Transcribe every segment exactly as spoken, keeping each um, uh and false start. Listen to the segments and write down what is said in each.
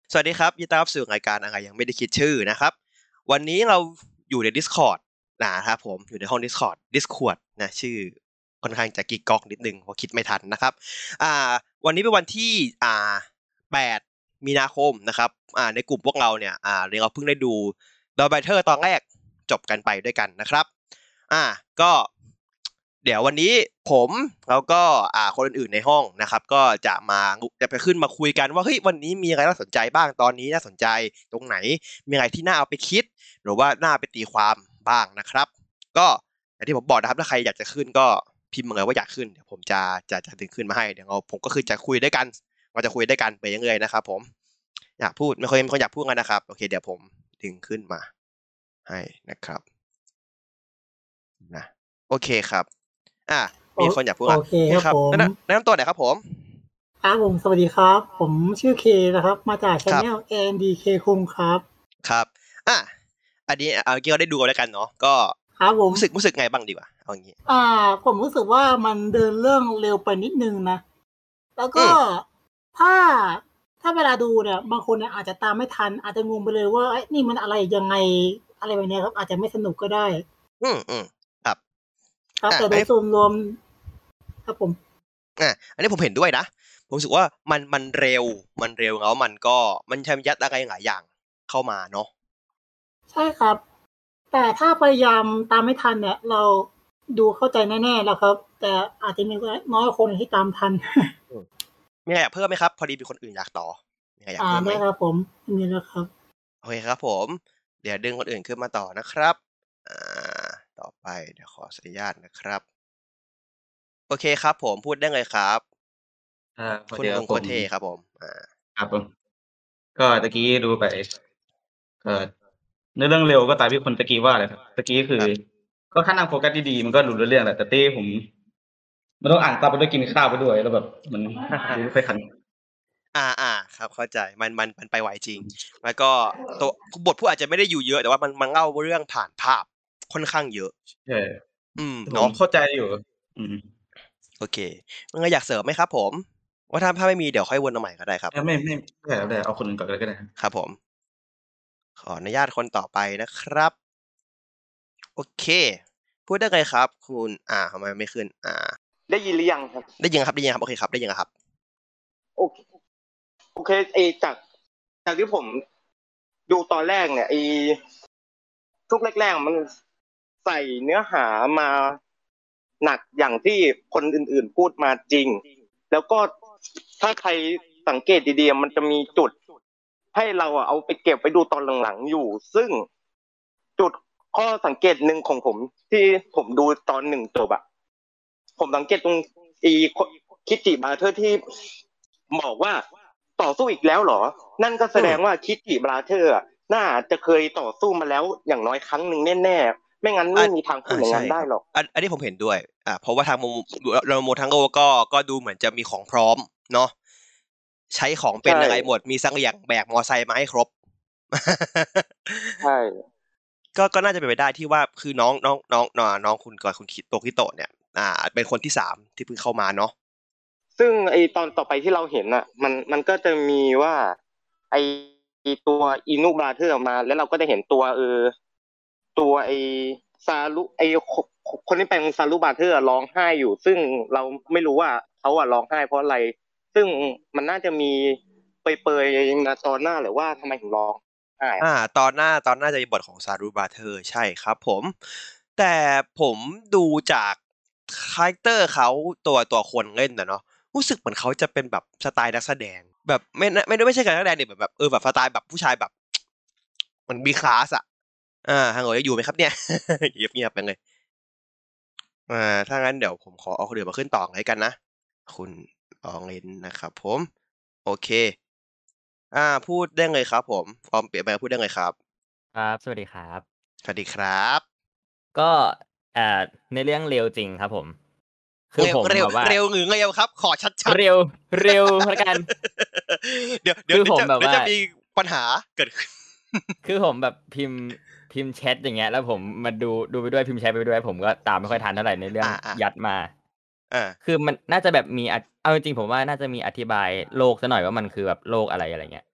สวัสดีครับยินดีต้อนรับสู่รายการอะไรยังไม่ได้คิดชื่อนะครับวันนี้เราอยู่ใน Discord นะครับผมอยู่ในห้อง Discord Discord นะชื่อค่อนข้างจะกิ๊กก๊อกนิดนึงเพราะคิดไม่ทันนะครับอ่าวันนี้เป็นวันที่อ่าแปดมีนาคมนะครับอ่าในกลุ่มพวกเราเนี่ยอ่าเราเพิ่งได้ดู The Battle ตอนแรกจบกันไปด้วยกันนะครับอ่าก็เดี๋ยววันนี้ผมแล้วก็อ่าคนอื่นๆในห้องนะครับก็จะมาจะไปขึ้นมาคุยกันว่าเฮ้ยวันนี้มีอะไรน่าสนใจบ้างตอนนี้น่าสนใจตรงไหนมีอะไรที่น่าเอาไปคิดหรือว่าน่าไปตีความบ้างนะครับก็อย่างที่ผมบอกนะครับถ้าใครอยากจะขึ้นก็พิมพ์มาเลยว่าอยากขึ้นเดี๋ยวผมจะจะจะดึงขึ้นมาให้เดี๋ยวเราผมก็คือจะคุยด้วยกันเราจะคุยด้วยกันไปเรื่อยๆนะครับผมอยากพูดไม่ค่อยไม่ค่อยอยากพูดกันนะครับโอเคเดี๋ยวผมดึงขึ้นมาให้นะครับนะโอเคครับอ่ะมีคนอยากพูดอ่ะโอเคครับผมแนะนำแนะนำตัวหน่อยครับผมครับผมสวัสดีครับ ผมชื่อเคนะครับ มาจาก Channel เอ เอ็น ดี เค คุงครับครับอ่ะอันนี้เอาเกี่ยวได้ดูกันแล้วกันเนาะก็ครับผมรู้สึกรู้สึกไงบ้างดีกว่าเอาอย่างนี้อ่า ผมรู้สึกว่ามันเดินเรื่องเร็วไปนิดนึงนะ แล้วก็ถ้าถ้าเวลาดูเนี่ยบางคนเนี่ยอาจจะตามไม่ทันอาจจะงงไปเลยว่าไอ้นี่มันอะไรยังไงอะไรแบบนี้ครับอาจจะไม่สนุกก็ได้อืมอืมครับครับแต่โดยส่วนรวมครับผมอ่ะอันนี้ผมเห็นด้วยนะผมรู้สึกว่ามันมันเร็วมันเร็วแล้วมันก็มันใช้ยัดอะไรหลายอย่างเข้ามาเนาะใช่ครับแต่ถ้าพยายามตามไม่ทันเนี่ยเราดูเข้าใจแน่ๆแล้วครับแต่อาจจะมีน้อยคนที่ตามทันมีอะไรอยากเพิ่มไหมครับพอดีมีคนอื่นอยากต่อมีอะไรอยากเพิ่มไหมได้ครับผมมีแล้วครับโอเคครับผมเดี๋ยวดึงคนอื่นขึ้นมาต่อนะครับอ่าต่อไปเดี๋ยวขออนุญาตนะครับโอเคครับผมพูดได้เลยครับอ่าคุณองโคเทครับผมอ่าครับผมก็ตะกี้ดูไปเอ่อในเรื่องเร็วก็ตามที่คนตะกี้ว่าเลยครับตะกี้คือก็ค่านั่งโฟกัสดีๆมันก็รู้เรื่องแหละแต่เต้ผมมันต้องอ่านตามไปด้วยกินข้าวไปด้วยแล้วแบบมันดูไม่ค่อยทันอ่าอ่าครับเข้าใจมันมันมันไปไหวจริงแล้วก็ตัวบทผู้อาจจะไม่ได้อยู่เยอะแต่ว่ามันมันเล่าเรื่องผ่านภาพค่อนข้างเยอะใช่อืมผมเนาะเข้าใจอยู่อืมโอเคมันก็อยากเสริมไหมครับผมว่าถ้าถ้าไม่มีเดี๋ยวค่อยวนมาใหม่ก็ได้ครับไม่ไม่ไม่ไม่ได้เอาคนอื่นก่อนก็ได้ครับผมขออนุญาตคนต่อไปนะครับโอเคพูดได้เลยครับคุณอ่าทำไมไม่ขึ้นอ่าได้ยินหรือยังครับได้ยินครับได้ยินครับโอเคครับได้ยินครับโอเคโอเคไอจากจากที่ผมดูตอนแรกเนี่ยไอทุกแรกๆมันใส่เนื้อหามาหนักอย่างที่คนอื่นๆพูดมาจริงแล้วก็ถ้าใครสังเกตดีๆมันจะมีจุดให้เราเอาไปเก็บไปดูตอนหลังๆอยู่ซึ่งจุดข้อสังเกตหนึ่งของผมที่ผมดูตอนหนึ่งจบอะผมสังเกตตรงอีคิจิบาเทอร์ที่บอกว่าต่อสู้อีกแล้วเหรอนั่นก็แสดงว่าคิจิบาเทอร์น่าจะเคยต่อสู้มาแล้วอย่างน้อยครั้งหนึ่งแน่ๆไม่งั้นไม่มีทางพูดอย่างนั้นได้หรอกอันนี้ผมเห็นด้วยอ่าเพราะว่าทางโมเราโมทังโอก็ก็ดูเหมือนจะมีของพร้อมเนาะใช้ของเป็นอะไรหมดมีสักอย่างแบกมอไซค์มาให้ครบใช่ก็ก็น่าจะเป็นไปได้ที่ว่าคือน้องน้องน้องน้องน้องคุณกับคุณโตคิโตะเนี่ยอ่าเป็นคนที่สามที่เพิ่งเข้ามาเนาะซึ่งไอตอนต่อไปที่เราเห็นอ่ะมันมันก็จะมีว่าไอตัวอินุบราเธอร์มาแล้วเราก็ได้เห็นตัวเออตัวไอซารุไอคนที่เป็นซารุบราเธอร์ร้องไห้อยู่ซึ่งเราไม่รู้ว่าเขาอ่ะร้องไห้เพราะอะไรซึ่งมันน่าจะมีเปรยๆมาตอนหน้าหรือว่าทำไมถึงร้องไห้อ่าตอนหน้าตอนหน้าจะมีบทของซารุบราเธอร์ใช่ครับผมแต่ผมดูจากคาแรคเตอร์เขาตัวตัวคนเล่นนะเนาะรู้สึกเหมือนเขาจะเป็นแบบสไตล์นักแสดงแบบไม่ไม่ได้ไม่ใช่การนักแสดงเนี่ยแบบแบบเออแบบสไตล์แบบผู้ชายแบบมันมีคลาสอ่ะอ่าฮังโหลยังอยู่ไหมครับเนี่ย เงียบเงียบไปเลยอ่าถ้างั้นเดี๋ยวผมขอเอาคนอื่นมาขึ้นต่อเลยกันนะคุณอองเลนนะครับผมโอเคอ่าพูดได้เลยครับผมออมเปียกไปพูดได้เลยครับครับสวัสดีครับสวัสดีครับก็เอ่อในเรื่องเร็วจริงครับผม คือผมเร็วแบบว่าเร็วหรือเร็วครับ ขอชัดๆเร็วเร็วละกันเดี๋ยวเดี๋ยวคือผมจะแบบเดี๋ยวว่าจะมีปัญหาเกิดขึ้นคือผมแบบพิมพ์พิมพ์แชทอย่างเงี้ย แล้วผมมาดูดูไปด้วยพิมพ์แชทไปด้วย ผมก็ตามไม่ค่อยทันเท่าไหร่ในเรื่องอ่าๆยัดมาอ่าคือมันน่าจะแบบมีอะเอาจริงๆผมว่าน่าจะมีอธิบายโลกซะหน่อยว่ามันคือแบบโลกอะไรอะไรเงี้ย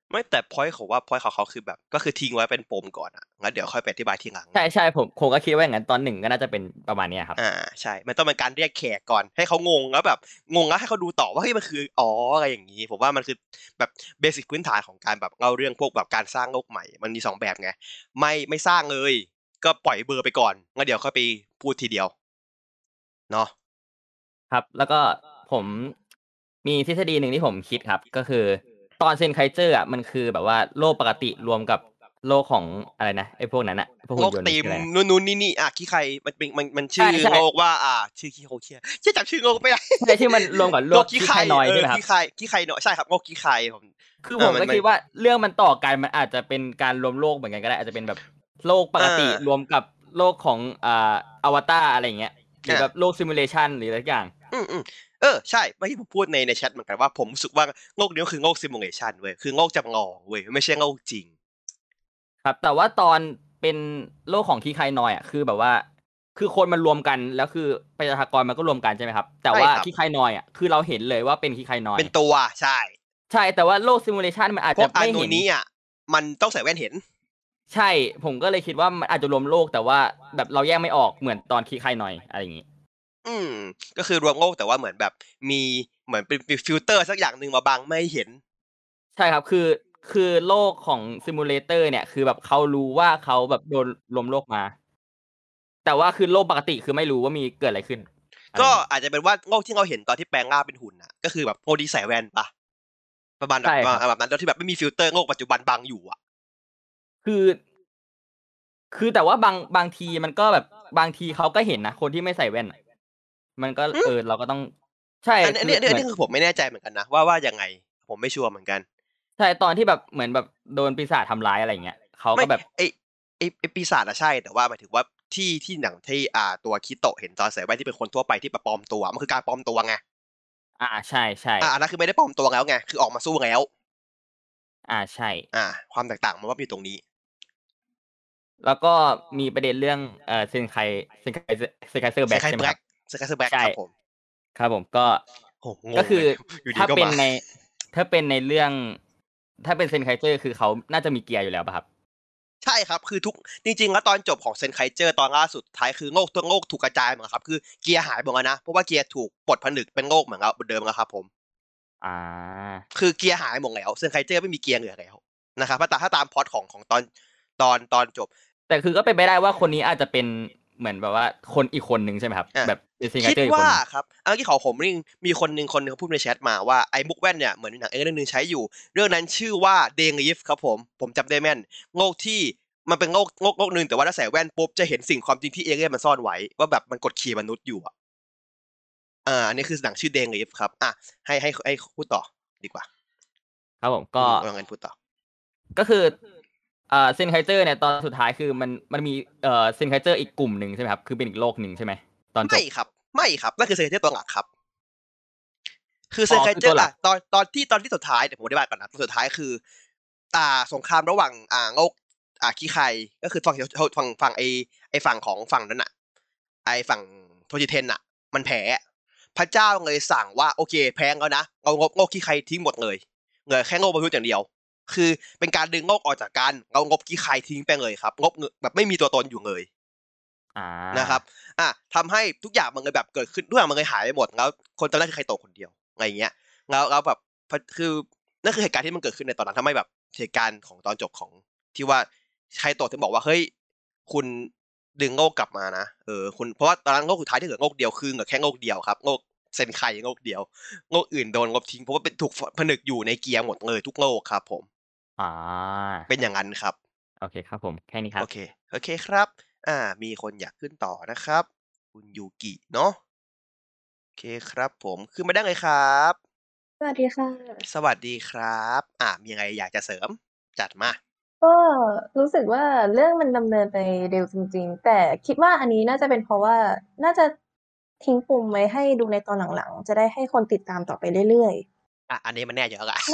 ไม่แต่ point ของว่า point ของเขาคือแบบ ก็คือทิ้งไว้เป็นปมก่อนอะงั้นเดี๋ยวค่อยไปอธิบายทีหลังใช่ๆผมผมก็คิดว่าอย่างนั้นตอนหนึ่งก็น่าจะเป็นประมาณเนี้ยครับอาใช่มันต้องเป็นการเรียกแขกก่อนให้เขางงแล้วแบบงงแล้วให้เขาดูต่อว่าเฮ้ยมันคืออ๋ออะไรอย่างงี้ผมว่ามันคือแบบเบสิกพื้นฐานของการแบบเล่าเรื่องพวกแบบการสร้างโลกใหม่มันมีสองแบบไงไม่ไม่สร้างเลยก็ปล่อยเบลอร์ไปก่อนงั้นเดี๋ยวค่อยไปพูดทีเดียวเนาะครับ แล้วก็ผมมีทฤษฎีหนึ่งที่ผมคิดครับ ก็คือตอน Zenkaiger อะมันคือแบบว่าโลกปกติรวมกับโลกของอะไรนะไอ้พวกนั้นน่ะพวกโลหุ่นกยนต์ธีนี่มคืออะไรนะนู่นๆนี่ๆอ่ะคิใครมันเป็นมันมันชื่อใช่ๆโลกว่าอ่าชื่อคิโคเคียชื่อจำชื่อโลกไม่ได้ใช่ชื่อมันรวมกับโลกคิคิไคไคนอยเอใช่อไหมครับคิไคคิไคเนาะใช่ครับโลกคิไคผมคือผเออมมันก็มันคิดว่าเรื่องมันต่อกันมันอาจจะเป็นการรวมโลกเหมือนกันก็ได้อาจจะเป็นแบบโลกปกติอ่ารวมกับโลกของอ่าอวตารอะไรอย่างเงี้ยหรืออ่าแบบโลกซิมูเลชันหรืออะไรสักอย่างอืมๆเออใช่เมื่อกี้ผมพูดในในแชทเหมือนกันว่าผมรู้สึกว่าโลกนี้ก็คือโลกซิมูเลชันเว้ยคือโลกจำลองเว้ยไม่ใช่โลกจริงครับ แต่ว่าตอนเป็นโลกของคิไคนอยอ่ะคือแบบว่า คือคนมันรวมกันแล้วคือประชากรมันก็รวมกันใช่ไหมครับ แต่ว่าใช่ครับคิไคนอยอ่ะคือเราเห็นเลยว่าเป็นคิไคนอยเป็นตัวใช่ใช่แต่ว่าโลกซิมูเลชันมันอาจพวจะกอาไม่โนเห็นนี้อ่ะมันต้องใส่แว่นเห็นใช่ผมก็เลยคิดว่ามันอาจจะรวมโลกแต่ว่าแบบเราแยกไม่ออกเหมือนตอนคิไคนอยอะไรอย่างงี้อืมก็คือรวมโลกแต่ว่าเหมือนแบบมีเหมือนเป็นฟิลเตอร์สักอย่างหนึ่งมาบังไม่ให้เห็นใช่ครับคือคือโลกของซิมูเลเตอร์เนี่ยคือแบบเขารู้ว่าเขาแบบโดนรวมโลกมา แต่ว่าคือโลกปกติคือไม่รู้ว่ามีเกิดอะไรขึ้นอะไรก็อย่างงี้อาจจะเป็นว่าโลกที่เราเห็นตอนที่แปลงร่างเป็นหุ่นน่ะก็คือแบบโลกที่ใส่แว่นปะประมาณแบบใช่ครับแบบนั้นแล้วที่แบบไม่มีฟิลเตอร์โลกปัจจุบันบังอยู่อ่ะคือ คือแต่ว่าบางบางทีมันก็แบบบางทีเขาก็เห็นนะคนที่ไม่ใส่แว่นอะมันก็หือเออเราก็ต้อง ใช่อันนี้อันคืนี้ออันนี้เหอันมือนนี้คือผมไม่แน่ใจเหมือนกันนะว่าว่ายังไง ผมไม่ชัวร์เหมือนกันใช่ตอนที่แบบเหมือนแบบโดนปีศาจทำร้ายอะไรอย่างเงี้ยเขาไม่ก็แบบไอไอไอปีศาจอะใช่แต่ว่าหมายถึงว่าที่ที่หนังที่อ่าตัวคิโตะเห็นตอนใส่แว่นที่เป็นคนทั่วไปที่แบบปลอมตัวมันคือการปลอมตัวไงอ่าใช่ใช่อ่าอันนั้นคือไม่ได้ปลอมตัวแล้วไงคือออกมาสู้แล้วอ่าใช่อ่า ความแตกต่างมันว่าอยู่ตรงนี้แล้วก็มีประเด็นเรื่องเอ่อเซนไคเซนไคเซนไคเซอร์เซแบ็คคายใช่ไหมแบคล็รักบเซคายเซอร์แบล็กใช่ครับผมครับผมก็โอ้งงก็คือเลยอยู่ดีถ้าก็เป็นมาในถ้าเป็นในเรื่อง ถ้าเป็นเซนไคเจอร์คือเขาน่าจะมีเกียร์อยู่แล้วป่ะครับใช่ครับคือทุกจริงๆแล้วตอนจบของเซนไคเจอร์ตอนล่าสุดท้ายคือโลกตัวโลกถูกกระจายหมดครับคือเกียร์หายหมดแล้วนะเพราะว่าเกียร์ถูกปลดผนึกเป็นโลกเหมือนเดิมแล้วครับผมอ่าคือเกียร์หายหมดแล้วเซนไคเจอร์ไม่มีเกียร์เหลือแล้วนะครับถ้าตามถ้าตามพล็อตของของตอนตอนตอนจบแต่คือก็เป็นไปได้ว่าคนนี้อาจจะเป็นเหมือนแบบว่าคนอีกคนหนึ่งใช่ไหมครับอ่ะแบบเซนไคคิดเจอร์อีกคนว่าหนึ่งครับเมื่อกี้ของผมนี่มีคนหนึ่งคนหนึงเขาพูดในแชทมาว่าไอ้มุกแว่นเนี่ยเหมือนหนังเรื่องนึงใช้อยู่ เรื่องนั้นชื่อว่าเดงลิฟครับผมผมจำได้แม่นโลกที่มันเป็นโลกโลกโลกนึงแต่ว่าถ้าใส่แว่นปุ๊บจะเห็นสิ่งความจริงที่เอเลี่ยนมันซ่อนไว้ว่าแบบมันกดขี่มนุษย์อยู่อ่ะอ่าอันนี้คือหนังชื่อเดงลิฟครับอ่ะให้ให้ให้พูดต่อดีกว่าครับผมก็อืมเอางั้นพูดต่อก็คือเอ่อเซนไคเจอร์เนี่ยตอนสุดท้ายคือมันมันมีเอ่อเซนไคเจอร์อีกกลุ่มหนึ่งใช่ไหมครับคือเป็นอีกโลกหนึ่งใช่ไหมตอนจไม่บครับไม่ครับนั่นคือเซนไคเจอร์ตัวหลักครับ คือเซอ๋นอไคคือเจอตัวร์หลัอ่ะกตอนตอนที่ตอนที่สุดท้ายเดี๋ยวผมอธิบายก่อนนะตอนสุดท้ายคือ อ่าสงครามระหว่างอ่าโลกอ่าคิไคก็คือฝั่งฝั่งฝั่งไอไอฝั่งของฝั่งนั้นอ่ะไอฝั่งโทจิเทนอ่ะ มันแพ้พระเจ้าเลยสั่งว่าโอเคแพ้แล้วนะเอางบโลกคิไคทิ้งหมดเลยเหลือแค่โลกมนุษย์อย่างเดียว คือเป็นการดึงโลกออกจากกันเอางบคิไคทิ้งไปเลยครับงบแบบไม่มีตัวตนอยู่เลยอ่านะครับ อ่ะทำให้ทุกอย่างมันเลยแบบเกิดขึ้นทุกอย่างมันเลยหายไปหมดแล้วคนตอนแรกคือใครโตคนเดียวอะไรอย่างเงี้ยแล้วแล้วแบบคือนั่นคือเหตุการณ์ที่มันเกิดขึ้นในตอนนั้นทำให้แบบเหตุการณ์ของตอนจบของที่ว่าใครโตถึงบอกว่าเฮ้ยคุณดึงโลกกลับมานะเออคุณเพราะว่าตอนนั้นโลกสุดท้ายที่เหลือโลกเดียวคือเหลือแค่โลกเดียวครับโลกเซนไคโลกเดียวโลกอื่นโดนลบทิ้งเพราะว่าเป็นถูกผนึกอยู่ในเกียร์หมดเลยทุกโลกครับผมอ่าเป็นอย่างนั้นครับโอเคครับผมแค่นี้ครัโอบ เคโอเคครับ อ่า มีคนอยากขึ้นต่อนะครับ คุณยูกิเนาะโอเคครับผมขึ้นมาได้เลยครับสวัสดีค่ะสวัสดีครับ อ่ามีอะไรอยากจะเสริมจัดมาก็รู้สึกว่าเรื่องมันดำเนินไปเร็วจริงๆ แต่คิดว่าอันนี้น่าจะเป็นเพราะว่าน่าจะทิ้งปมไว้ให้ดูในตอนหลังๆ จะได้ให้คนติดตามต่อไปเรื่อยอ่ะอันนี้มันแน่อยู่แล้วล่ะ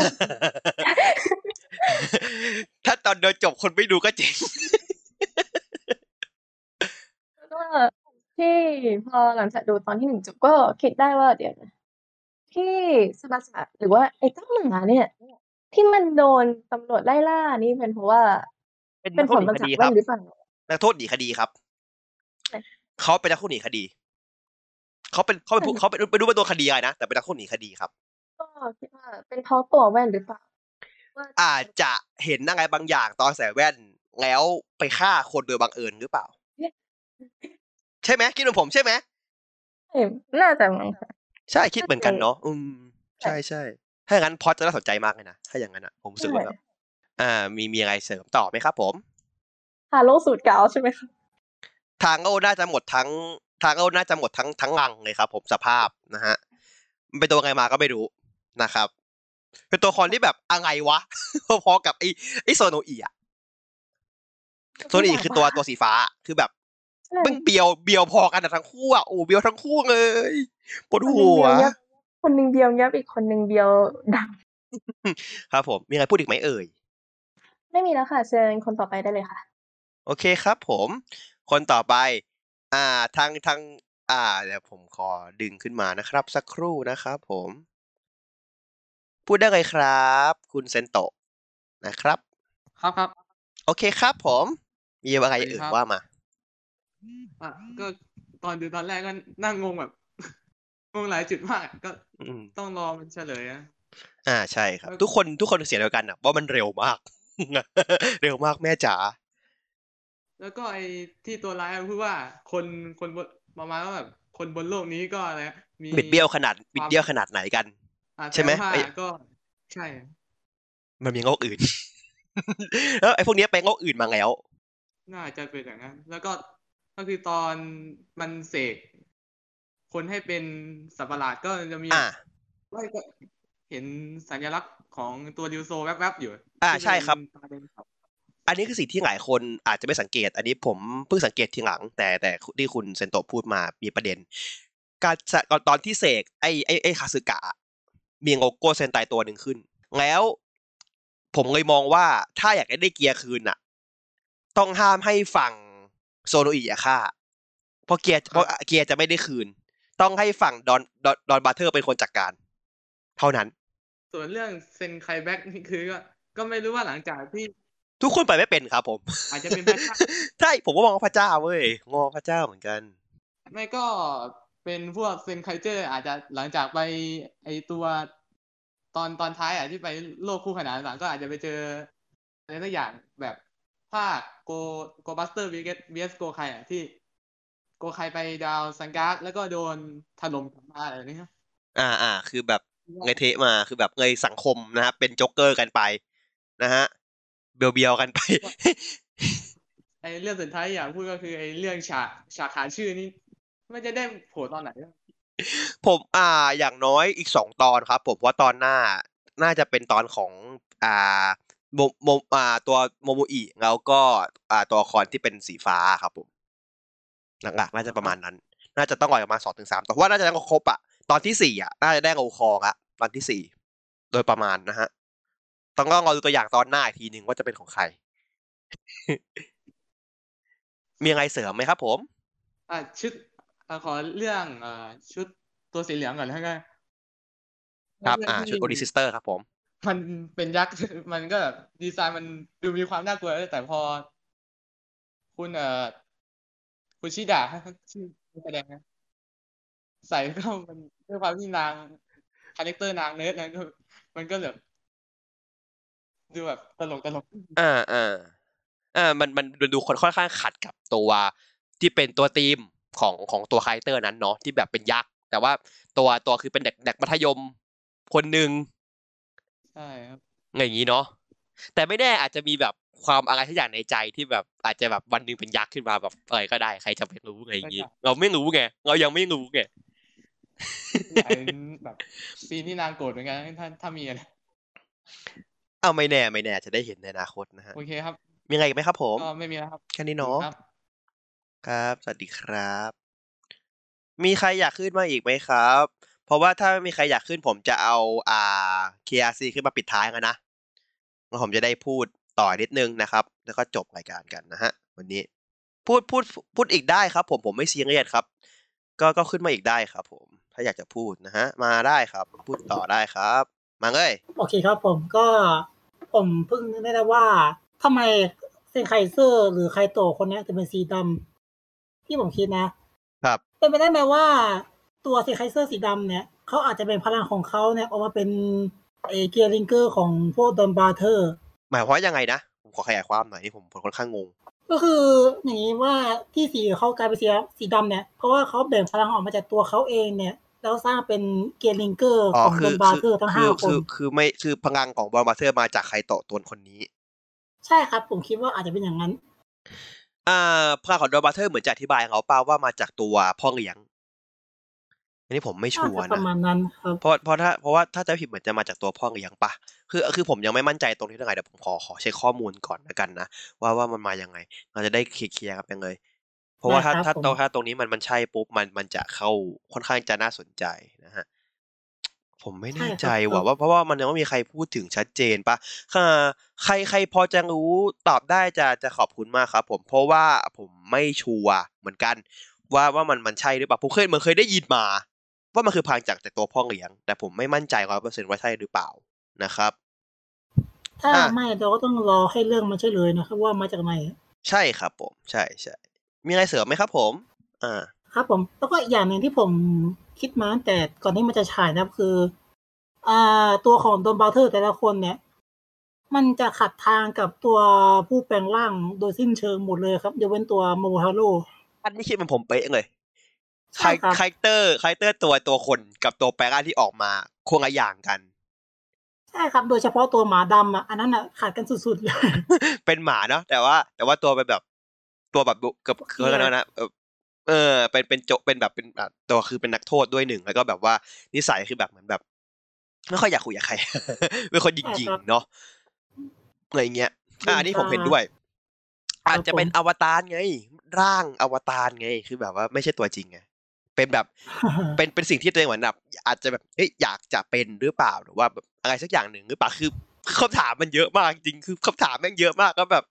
ๆถ้าตอนโดนจบคนไม่ดูก็เจ๋งแล้วก็ที่พอหลังจากดูตอนที่หนึ่งจบก็คิดได้ว่าเดี๋ยวนะที่ซาบาสะหรือว่าไอ้เจ้าหมาเนี่ยที่มันโดนตำรวจไล่ล่านี่เป็นเพราะว่าเป็นเป็นันกโทผษลหนีมาคจากดีคแว่รันบหรือเปล่า? นักโทษหนีคดีครับใช่เขาเป็นนักโทษหนีคดี เขาเป็น เขาเป็นใช่ผู้ เขาเป็น ไม่รู้เป็นโดนคดีอะไรนะ แต่เป็นนักโทษหนีคดีครับก็คิดว่าเป็นเพราะตัวแว่นหรือเปล่า? ว่าอาจจะเห็นอะไรบางอย่างตอนใส่แว่น แล้วไปฆ่าคนโดยบังเอิญหรือเปล่า? ใช่ไหม? คิดเหมือนผมใช่ไหม? เห็น น่าจะมั้งค่ะใช่ คิดเหมือนกันเนาะ อืมใช่ใช่ ๆ ถ้าอย่างงั้นพล็อตจะน่าสนใจมากเลยนะ ถ้าอย่างงั้นน่ะ ผมรู้ใชสึกว่าแบบ อ่า มี มีอะไรเสริมต่อไหมครับผม? Taro สูตรกาวใช่ไหมคะ? Taro น่าจะหมดทั้ง Taro น่าจะหมดทั้ง ทั้งลังเลยครับผม สภาพนะครับ มันไปโดนอะไรมาก็ไม่รู้นะครับ เป็นตัวละครที่แบบอะไรวะ พอ ๆ กับไอ้ ไอ้ Sonoe อะ Sonoe คือตัว ตัวสีฟ้าอะ คือแบบใช่แม่งเบียว เบียวพอกันอะทั้งคู่อะ โอ้ เบียวทั้งคู่เลย ปวดคนหหนึ่งัวเบียวยับ คนหนึ่งเบียวยับ อีกคนหนึ่งเบียว ดำครับผม มีอะไรพูดอีกไหมเอ่ย? ไม่มีแล้วค่ะ เชิญคนต่อไปได้เลยค่ะโอเคครับผม คนต่อไป อ่า ทาง ทาง อ่า เดี๋ยวผมขอดึงขึ้นมานะครับ สักครู่นะครับผม พูดได้เลยครับ คุณเซ็นโตะนะครับครับ ๆโอเคครับผม มีอะไรสวัสเอดี่ยครับว่ามาอ่า ก็ตอนดูตอนแรกก็นั่งงงแบบ งงหลายจุดมาก ก็อืมต้องรอมันเฉลยอะอา ใช่ครับแล้วทุกคน ทุกคนเป็นเสียงเดียวกันน่ะว่ามันเร็วมาก เร็วมากแม่จ๋าแล้วก็ไอ้ที่ตัวร้ายมันพูดว่า คน คนบน ประมาณว่าแบบคนบนโลกนี้ก็อะไรนะ มีบิดเบี้ยวขนาด บิควาดมเบี้ยวขนาดไหนกันอ่าใช่ไหม? แต่ว่าไอ้ก็ ใช่มันมีโลกอื่น แล้วไอ้พวกเนี้ยไปโลกอื่นมาแล้วน่าจะเป็นอย่างงั้น แล้วก็ ก็คือตอนมันเสกคนให้เป็นสัตว์ประหลาด ก็จะมีอแบาไม่ ก็เห็นสัญลักษณ์ของตัว Ryuzo แวบ ๆ อยู่อาที่ใช่เป็นครับตาแดงฉ่ำอันนี้คือสิ่งที่หลายคนอาจจะไม่สังเกต อันนี้ผมเพิ่งสังเกตทีหลัง แต่ แต่ที่คุณเซ็นโตะพูดมามีประเด็น การ ส ตอน ตอนที่เสกไอ้ ไอ้ ไอ้ Kasuga อะ มีโลโก้ Sentai ตัวหนึ่งขึ้น แล้วผมเลยมองว่า ถ้าอยากจะได้เกียร์คืนน่ะ ต้องห้ามให้ฝั่ง Sonoe อะฆ่า เพราะเกียร์ เพราะ อ เกียร์จะไม่ได้คืน ต้องให้ฝั่ง Don Don Don Butcher เป็นคนจัดการ เท่านั้นส่วนเรื่อง Zenkai Back นี่คือ ก็ ก็ไม่รู้ว่าหลังจากที่ทุกคนไปไม่เป็นครับผมอาจจะเป็นพระเจ้าใช่ ผมก็มองว่าพระเจ้าเว้ย มองว่าพระเจ้าเหมือนกันไม่ก็เป็นพวก Zenkaiger อาจจะหลังจากไปไอ้ตัว ตอน ตอนท้ายอะที่ไปโลกคู่ขนานหลัง ก็อาจจะไปเจออะไรสักอย่าง แบบภาค Go Go Buster vs vs Gokai อะ ที่ Gokai ไปดาว Sunguard แล้วก็โดนถล่มกลับมา อะไรแบบนี้ครับอา ๆ คือแบบคิดว่าเละเทะมา คือแบบเลยสังคมนะครับ เป็นโจ๊กเกอร์กันไปนะครับ เบียว ๆ กัน ไปก็ ไอ้เรื่องสุดท้ายที่อยากพูด ก็คือไอ้เรื่องฉาก ฉากขานชื่อนี่ มันจะได้โผล่ตอนไหนอะ? ผม อ่า อย่างน้อยอีก สอง ตอนครับผม เพราะตอนหน้าน่าจะเป็นตอนของ อ่า โม โม อ่า ตัว Momoe แล้วก็ อ่า ตัวละครที่เป็นสีฟ้าอะครับผม หลัก ๆ น่าจะประมาณนั้น น่าจะต้องรออีกประมาณ สองถึงสาม ตอน เพราะว่าน่าจะต้องครบอะ ตอนที่ สี่ อะ น่าจะได้ Rokon แล้ว ตอนที่ สี่ โดยประมาณนะครับ ต้อง ต้องรอดูตัวอย่างตอนหน้าอีกทีหนึ่งว่าจะเป็นของใคร มีอะไรเสริมไหมครับผม? อ่า ชุด อ่า ขอเรื่อง เอ่อ ชุดตัวสีเหลืองก่อนแล้วกันครับเรื่ออ่างที่ชุด Orin Sister ครับผมมันเป็นยักษ์ มันก็แบบดีไซน์มันดูมีความน่ากลัวด้วย แต่พอ คุณ เอ่อ คุณชิดะ ชื่อนักแสดงนะ ใส่ เข้า มัน ด้วยความที่นาง คาแรกเตอร์นางเนิร์ดนะ ก็ มันก็แบบ ดูแบบตลก ๆอา ๆ อา มัน มัน มันดูค่อน ค่อนข้างขัดกับตัวที่เป็นตัวธีมของ ของตัวคาแรกเตอร์นั้นเนาะ ที่แบบเป็นยักษ์ แต่ว่าตัว ตัวคือเป็นเด็ก เด็กมัธยมคนหนึ่งใช่ครับอย่างงี้เนาะ แต่ไม่แน่อาจจะมีแบบความอะไรสักอย่างในใจที่แบบ อาจจะแบบวันหนึ่งเป็นยักษ์ขึ้นมาแบบอะไรก็ได้ ใครจะไปรู้ อะไรอย่าก็งงี้ได้เราไม่รู้ไง เรายังไม่รู้ไงอยากเห็นแบบซีนที่นางโกรธเหมือนกัน ถ้า ถ้ามีอะนะอ้าว ไม่แน่ ไม่แน่ อาจจะได้เห็นในอนาคตนะครับโอเคครับมีอะไรอีกไหมครับผม? ก็ไม่มีแล้วครับแค่นี้สวัเนสดีาะครับครับ สวัสดีครับ มีใครอยากขึ้นมาอีกไหมครับ? เพราะว่าถ้าไม่มีใครอยากขึ้น ผมจะเอา อ่า เค อาร์ ซี ขึ้นมาปิดท้ายแล้วนะ แล้วผมจะได้พูดต่อนิดหนึ่งนะครับ แล้วก็จบรายการกันนะครับวันนี้ พูด พูด พูดอีกได้ครับผม ผมไม่ซีเรียสครับ ก็ ก็ขึ้นมาอีกได้ครับผม ถ้าอยากจะพูดนะครับ มาได้ครับ พูดต่อได้ครับมาเลยโอเคครับผมก็ผมเพิ่งนึกได้ว่าทำไมเซนไคเซอร์หรือไคโตะคนนี้จะเป็นสีดำที่ผมคิดนะครับเป็นไปได้ไหมว่าตัวเซนไคเซอร์สีดำเนี่ยเขาอาจจะเป็นพลังของเขาเนี่ยออกมาเป็นไอเกียร์ลิงเกอร์ของพวกดอนบาร์เทอร์หมายความว่ายังไงนะผมขอขยายความหน่อยนี่ผมค่อนข้างงงก็คืออย่างนี้ว่าที่สีเขากลายเป็นสีสีดำเนี่ยเพราะว่าเขาแบ่งพลังออกมาจากตัวเขาเองเนี่ยแล้วสร้างเป็นเกียร์ลิงเกอร์ของดอนบาร์เทอร์ทั้งห้าคนคือคือไม่คือพลังของดอนบาร์เทอร์มาจากไคโตะตัวคนนี้ใช่ครับผมคิดว่าอาจจะเป็นอย่างนั้นอ่าพลังของดอนบาร์เทอร์เหมือนจะอธิบายเขาเปล่าว่ามาจากตัวพ่อเลี้ยงอันนี้ผมไม่ชัวร์นะประมาณนั้นครับเพราะเพราะถ้าเพราะว่าถ้าจะผิดเหมือนจะมาจากตัวพ่อเลี้ยงปะคือคือผมยังไม่มั่นใจตรงที่เท่าไหร่เดี๋ยวผมขอขอเช็คข้อมูลก่อนละกันนะว่าว่ามันมายังไงเราจะได้เคลียร์ๆกันไปเลยเพราะว่าถ้าถ้าตรงถ้าตรงนี้มันมันใช่ปุ๊บมันมันจะเข้าค่อนข้างจะน่าสนใจนะฮะผมไม่แน่ใจว่าว่าเพราะว่ามันยังไม่มีใครพูดถึงชัดเจนปะค่ะใครใครพอจะรู้ตอบได้จะจะขอบคุณมากครับผมเพราะว่าผมไม่ชัวร์เหมือนกันว่าว่ามันมันใช่หรือเปล่าผมเคยมันเคยได้ยินมาว่ามันคือพลังจากแต่ตัวพ่อเลี้ยงแต่ผมไม่มั่นใจ ร้อยเปอร์เซ็นต์ ว่าใช่หรือเปล่านะครับถ้าไม่เราก็ต้องรอให้เรื่องมันเฉลยนะครับว่ามาจากไหนใช่ครับผมใช่ใช่มีอะไรเสริมไหมครับผมอ่าครับผมแล้วก็อย่างหนึ่งที่ผมคิดมาแต่ก่อนที่มันจะฉายนะคืออ่าตัวของดอนบาร์เทอร์แต่ละคนเนี่ยมันจะขัดทางกับตัวผู้แปลงร่างโดยสิ้นเชิงหมดเลยครับยกเว้นตัวโมฮารุอันนี้คิดเป็นผมเป๊ะเลยไคไคเตอร์ไคเตอร์ตัวตัวคนกับตัวแปลงร่างที่ออกมาคนละอย่างกันใช่ครับโดยเฉพาะตัวหมาดำอ่ะอันนั้นอ่ะขาดกันสุดๆเลยเป็นหมาเนาะแต่ว่าแต่ว่าตัวเป็นแบบตัวแบบกับคืออะไรนะเออเป็นเป็นโจเป็นแบบเป็นตัวคือเป็นนักโทษด้วยหนึ่งแล้วก็แบบว่านิสัยคือแบบเหมือนแบบไม่ค่อยอยากคุยกับใครเป็นคนหยิ่งๆเนาะอะไรเงี้ยอ่าอันนี้ผมเห็นด้วยอาจจะเป็นอวตารไงร่างอวตารไงคือแบบว่าไม่ใช่ตัวจริงไงเป็นแบบเป็นเป็นสิ่งที่ตัวเองเหมือนแบบอาจจะแบบเฮ้ยอยากจะเป็นหรือเปล่าหรือว่าแบบอะไรสักอย่างหนึ่งหรือเปล่าคือคำถามมันเยอะมากจริงคือคำถามแม่งเยอะมากก็แบบ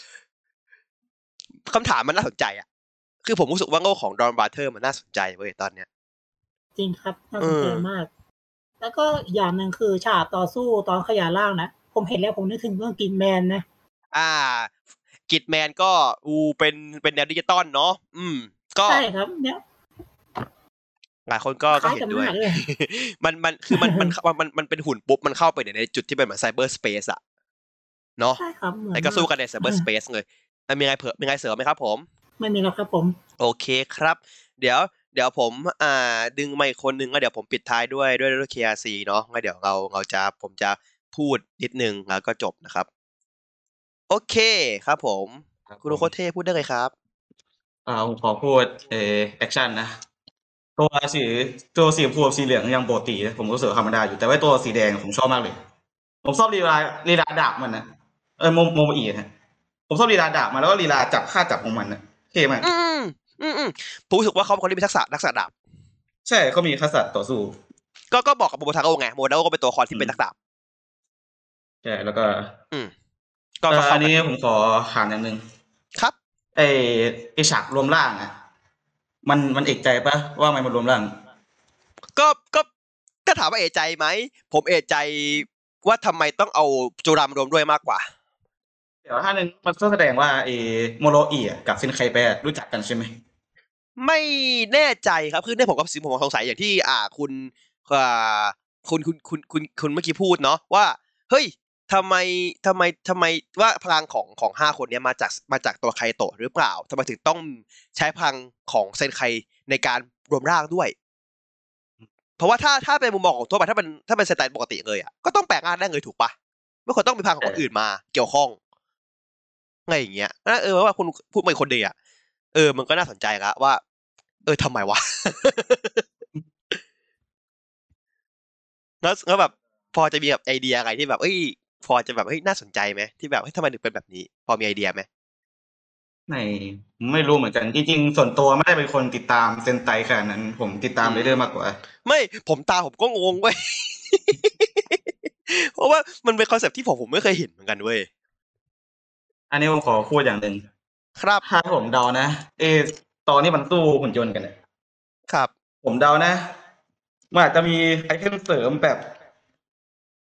คำถามมันน่าสนใจอ่ะคือผมรู้สึกว่าโลกของดอนบาร์เทอร์มันน่าสนใจเว้ยตอนเนี้ยจริงครับน่าสนใจมากแล้วก็อย่างหนึ่งคือฉากต่อสู้ตอนขยายร่างนะผมเห็นแล้วผมนึกถึงเรื่องกินแมนนะอ่ากิดแมนก็อูเป็นเป็นแนวดิจิตอลเนาะอืมก็ใช่ครับเนี่ยหลายคนก็ก็เห็นด้วยมันมันคือมันมันมันมันเป็นหุ่นปุ๊บมันเข้าไปในจุดที่เป็นเหมือนไซเบอร์สเปซอะเนาะใช่ครับแล้วก็สู้กันในไซเบอร์สเปซเลยมีอะไรเผื่อมีอะไรเสริมไหมครับผมไม่มีแล้วครับผมโอเคครับเดี๋ยวเดี๋ยวผมอ่าดึงมาอีกคนนึงแล้วเดี๋ยวผมปิดท้ายด้วยด้วยด้วย เค อาร์ ซี เนาะแล้วเดี๋ยวเราเราจะผมจะพูดนิดนึงแล้วก็จบนะครับโอเคครับผมคุณโคเทพูดได้เลยครับอ่าผมขอพูดเออแอคชั่นนะตัวสีตัวสีฟูสีเหลืองยังปกติผมรู้สึกธรรมดาอยู่แต่ว่าตัวสีแดงผมชอบมากเลยผมชอบลีลาลีลาดาบมันนะเออโมโมอีฮะผมชอบลีลาดาบมันแล้วก็ลีลาจับฆ่าจับของมันนะเท่มากอืมอืมอืมผมรู้สึกว่าเขาเป็นคนที่มีทักษะทักษะดาบใช่เขามีทักษะต่อสู้ก็ก็บอกกับโมโมทาโร่ไงโมโมทาโร่ก็เป็นตัวละครที่เป็นทักษะใช่แล้วก็อืมก็อันนี้ผมขอถามอย่างนึงครับไอไอฉากรวมร่างอ่ะมันมันเอกใจปะว่ามันมันรวมร่างก็ก็ถ้าถามว่าเอกใจไหมผมเอกใจว่าทำไมต้องเอาจูรามรวมด้วยมากกว่าเดี๋ยวถ้านึงมันแสดงว่าไอโมโรอิกับซินไคเปะรู้จักกันใช่ไหมไม่แน่ใจครับคือในผมกับสิผมสงสัยอย่างที่อ่าคุณอ่าคุณคุณคุณคุณคุณเมื่อกี้พูดเนาะว่าเฮ้ยทำไมทำไมทำไมว่าพลังของของห้าคนนี้มาจากมาจากตัวไคโตะหรือเปล่าทำไมถึงต้องใช้พลังของเซนไคในการรวมร่างด้วยเพราะว่าถ้าถ้าเป็นมุมมองของทั่วไปถ้าเป็นถ้าเป็นสไตล์ปกติเลยอ่ะก็ต้องแปลงร่างได้เลยถูกปะไม่ควรต้องมีพลังของคนอื่นมาเกี่ยวข้องอะไรอย่างเงี้ยเออว่าคุณพูดมาคนเดียวเออมันก็น่าสนใจละว่าเออทำไมวะ แล้วแล้วแบบพอจะมีแบบไอเดียอะไรที่แบบเอ้ยพอจะแบบเฮ้ยน่าสนใจไหมที่แบบเฮ้ยทำไมถึงเป็นแบบนี้พอมีไอเดียไหมไม่ไม่รู้เหมือนกันจริงๆส่วนตัวไม่ได้เป็นคนติดตามเซนไตขนาดนั้นผมติดตามเรื่อยๆมากกว่าไม่ผมตาผมก็งงเว้ย เพราะว่ามันเป็นคอนเซ็ปต์ที่ผมผมไม่เคยเห็นเหมือนกันเว้ยอันนี้ผมขอพูดอย่างหนึ่งครับถ้าผมเดานะเอตอนนี้มันตู้หุ่นยนต์กันเนี่ยครับผมเดานะมันอาจจะมีไอเทมเสริมแบบ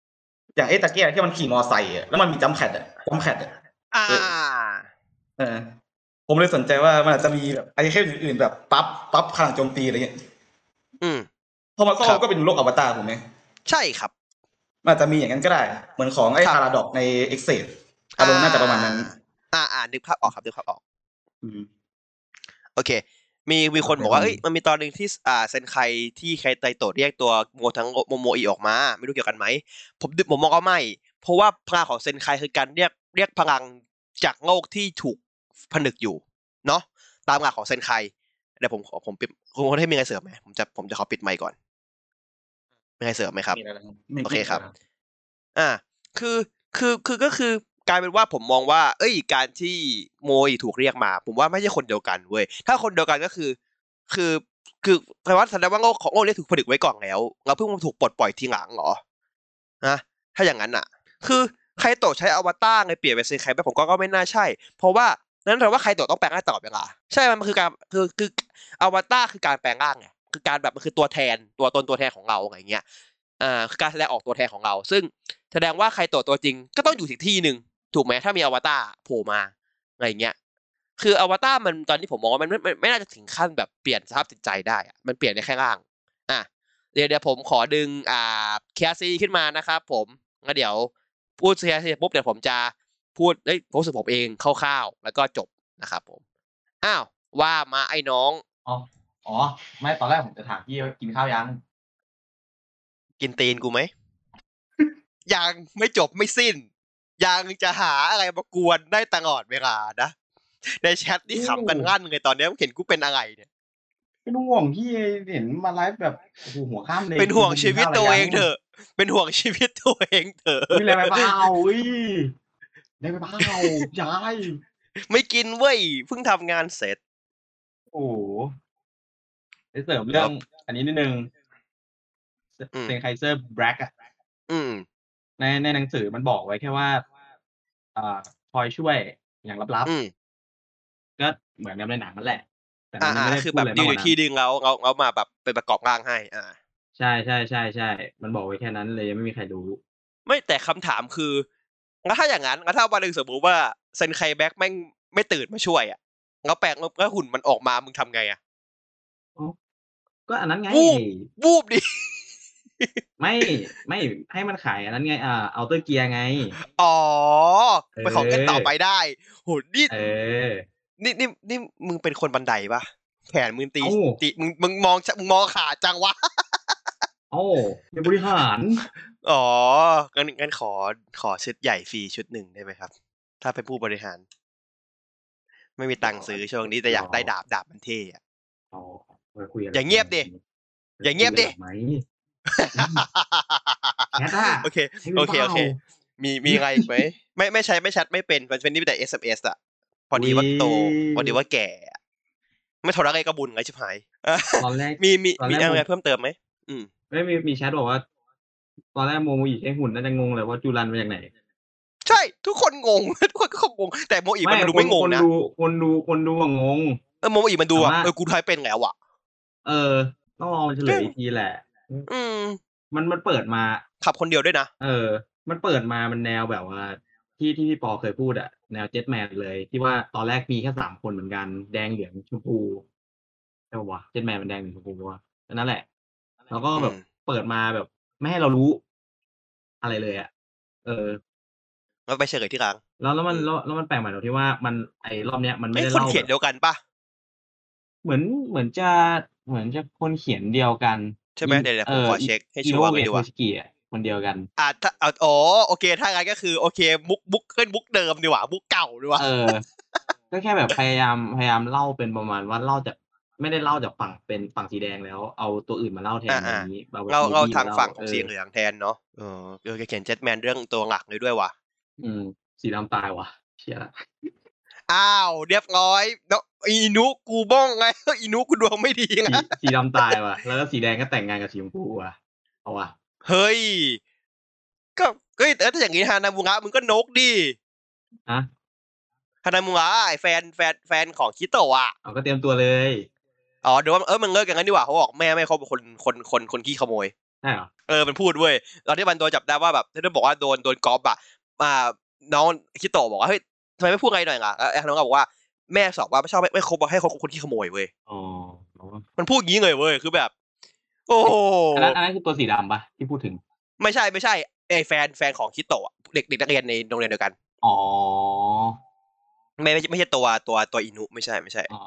อย่างไอ้ตะเกียที่มันขี่มอไซค์อ่ะแล้วมันมีจัมป์แพดอ่ะจัมป์แพดอ่ะอ่าเออผมเลยสนใจว่ามันอาจจะมีแบบไอเทมอื่นๆแบบปั๊บปั๊บพลังโจมตีอะไรเงี้ยอืมพอมันเข้าก็เป็นโลกอวตารถูกไหมใช่ครับมันอาจจะมีอย่างนั้นก็ได้เหมือนของไอ้พาราดอกใน Excel อารมณ์น่าจะประมาณนั้นอ่าอ่านึกภาพออกครับนึกภาพออกอืมโอเค มีมีคนบอกว่าเอ้ยมันมีตอนหนึ่งที่อ่าเซนไคที่ไคไตโตะเรียกตัวโมทั้งโมโมอีออกมาไม่รู้เกี่ยวกันไหมผมผมมองว่าไม่เพราะว่าพลังของเซนไคคือการเรียกเรียกพลังจากโลกที่ถูกผนึกอยู่เนาะตามหลักของเซนไคเดี๋ยวผมขอผมปิดคุณคนให้มีอะไรเสริมไหมผมจะผมจะขอปิดไมค์ก่อนมีอะไรเสริมไหมครับโอเคครับอ่าคือคือคือก็คือกลายเป็นว่าผมมองว่าเอ้ยการที่โมอีถูกเรียกมาผมว่าไม่ใช่คนเดียวกันเว้ยถ้าคนเดียวกันก็คือคือคือแปลว่าแสดงว่าโลกของโลกนี้ถูกผลิตไว้ก่อนแล้วเราเพิ่งมาถูกปลดปล่อยทีหลังเหรอนะถ้าอย่างนั้นอ่ะคือไคโตะใช้อวตารไงเปลี่ยนเป็นเซนไคไปผมก็ก็ไม่น่าใช่เพราะว่านั้นแปลว่าไคโตะต้องแปลงร่างตลอดเวลาใช่มันคือการคือคืออวตารคือการแปลงร่างไงคือการแบบมันคือตัวแทนตัวตนตัวแทนของเราอะไรเงี้ยอ่าคือการแสดงออกตัวแทนของเราซึ่งแสดงว่าไคโตะตัวจริงก็ต้องอยู่ที่ที่นึงถูกไหมถ้ามีอวตารโผล่มาอะไรเงี้ยคืออวตารมันตอนที่ผมมองว่ามันไม่ไม่น่าจะถึงขั้นแบบเปลี่ยนสภาพจิตใจได้อะมันเปลี่ยนได้แค่ร่างอ่ะเดี๋ยวเดี๋ยวผมขอดึงอ่าเคอาซีขึ้นมานะครับผมงั้นเดี๋ยวพูดเคอาซีปุ๊บเดี๋ยวผมจะพูดเอ้ยรู้สึกผมเองคร่าวๆแล้วก็จบนะครับผมอ้าวว่ามาไอ้น้องอ๋ออ๋อไม่ตอนแรกผมจะถามพี่ว่ากินข้าวยังกินตีนกูไหม ยังไม่จบไม่สิ้นยังจะหาอะไรมากวนได้ตลอดเวลานะในแชทนี่ขำกันลั่นเลยตอนนี้เห็นกูเป็นอะไรเนี่ยเป็นห่วงพี่เห็นมาไลฟ์แบบโอ้โหหัวข้ามเลยเป็นห่วงชีวิตตัวเองเถอะเป็นห่วงชีวิตตัวเองเถอะอุ้ยอะไรไปเปล่าอุ้ยได้ไปเปล่ายายไม่กินเว้ยเพิ่งทำงานเสร็จโอ้ไปเสริมเรื่องอันนี้นิดนึงเซนไคเซอร์แบล็กอ่ะอืมในในหนังสือมันบอกไว้แค่ว่าอ่าคอยช่วยอย่างลับๆก็เหมือนในหนังนั่นแหละแต่มันไม่ได้คือแบบอยู่ที่ดึงเราเราเรามาแบบเป็นประกอบร่างให้อ่าใช่ใช่ใช่ใช่มันบอกไว้แค่นั้นเลยยังไม่มีใครรู้ไม่แต่คำถามคือแล้วถ้าอย่างนั้นแล้วถ้าวันหนึ่งสมมติว่าเซนไคแบ็กแม่งไม่ตื่นมาช่วยอ่ะแล้วแปลงแล้วหุ่นมันออกมามึงทำไงอ่ะก็อันนั้นไงวูบดิไม่ไม่ให้มันขายอันนั้นไงอ่าเอาเตอร์เกียร์ไงอ๋อไปของกันต่อไปได้โหนี่เออนี่นี่นี่มึงเป็นคนบันไดปะแผนมึงตีตีมึงมึงมองมึงมองขาจังวะโอ้เป็นบริหารอ๋องั้นงั้นขอขอชุดใหญ่ฟรีชุดหนึ่งได้ไหมครับถ้าเป็นผู้บริหารไม่มีตังค์ซื้อช่วงนี้แต่อยากได้ดาบดาบมันเท่อะอ๋อคุยอะไรอย่างเงียบดิอย่างเงียบดิแคทอ่ะโอเคโอเคโอเคมีมีอะไรอีกไหมไม่ไม่ใช้ไม่แชทไม่เป็นมันเป็นนี่แต่ เอส เอ็ม เอส อ่ะพอดีว่าโตพอดีว่าแก่ไม่โทรอะไรก็บุญไงชิบหายตอนแรกมีมีมีอะไรเพิ่มเติมไหมอืมไม่มีมีแชทบอกว่าตอนแรกโมโมอีไอ้หุ่นน่าจะงงเลยว่าจูรันมาจากไหนใช่ทุกคนงงทุกคนก็งงแต่โมอีมันดูไม่งงนะคนดูคนดูคนดูงงเออโมอีมันดูอ่ะเออกูทายเป็นแล้วอ่ะเออต้องรอมันเฉลยอีกทีแหละอืมมันมันเปิดมาขับคนเดียวด้วยนะเออมันเปิดมามันแนวแบบว่าที่ที่พี่ปอเคยพูดอะแนวเจ็ตแมนเลยที่ว่าตอนแรกมีแค่สามคนเหมือนกันแดงเหลืองชมพูใช่ป่ะวะเจ็ตแมนมันแดงเหลืองชมพูว่ะนั่นแหละแล้วก็แบบเปิดมาแบบไม่ให้เรารู้อะไรเลยอะเออแล้วไปเฉลยที่กลางแล้วแล้วมันแล้วแล้วมันแปลกใหม่ตรงที่ว่ามันไอ้รอบเนี้ยมันไม่ได้เล่าคนเขียนเดียวกันปะเหมือนเหมือนจะเหมือนจะคนเขียนเดียวกันใช่ไหมเดี๋ยวผมขอเช็คให้ชัวร์ไปดูว่าคนเดียวกันอ่าถ้าอ๋อโอเคถ้างั้นก็คือโอเคมุกมุกขึ้นมุกเดิมดีกว่ามุกเก่าดีกว่าเออก็แค่แบบพยายามพยายามเล่าเป็นประมาณว่าเล่าจากไม่ได้เล่าจากฝั่งเป็นฝั่งสีแดงแล้วเอาตัวอื่นมาเล่าแทนอย่างนี้เราเราทางฝั่งของสีเหลืองแทนเนาะเออเออเขียนเจ็ตแมนเรื่องตัวหลักเลยด้วยว่ะอืมสีดำตายว่ะเชี่ยละอ้าวเรียบร้อยเนาะอีนุกูบ้องไงอีนุกูดวงไม่ดีไงสีดำตายว่ะแล้วก็สีแดงก็แต่งงานกับสีชมพูว่ะเอาว่ะเฮ้ยก็เฮ้ยแต่ถ้าอย่างงี้ฮานามุระมึงก็นกดิฮะฮานามุระไอ้แฟนแฟนแฟนของคิโตะอ่ะเอาก็เตรียมตัวเลยอ๋อเดี๋ยวว่าเออมันเลิกกันงั้นดีกว่าเขาบอกแม่ไม่เขาเป็นคนคนคนคนขี้ขโมยใช่เหรอเออมันพูดเว้ยตอนที่มันโดนจับได้ว่าแบบที่บอกว่าโดนโดนกอล์ฟอ่ะมาน้องคิโตะบอกว่าเฮ้ยทำไมไม่พูดไงหน่อยอ่ะแล้วน้องก็บอกว่าแม่สอบว่าไม่ชอบไม่คบให้คนคนที่ขโมยเว้ยอ๋อมันพูดงี้เลยเว้ยคือแบบโอ้อันนั้นอันนั้นคือตัวสีดำปะที่พูดถึงไม่ใช่ไม่ใช่ไอ้แฟนแฟนของคิโตะเด็กเด็กนักเรียนในโรงเรียนเดียวกันอ๋อไม่ไม่ไม่ใช่ตัวตัวตัวอินุไม่ใช่ไม่ใช่อ๋อ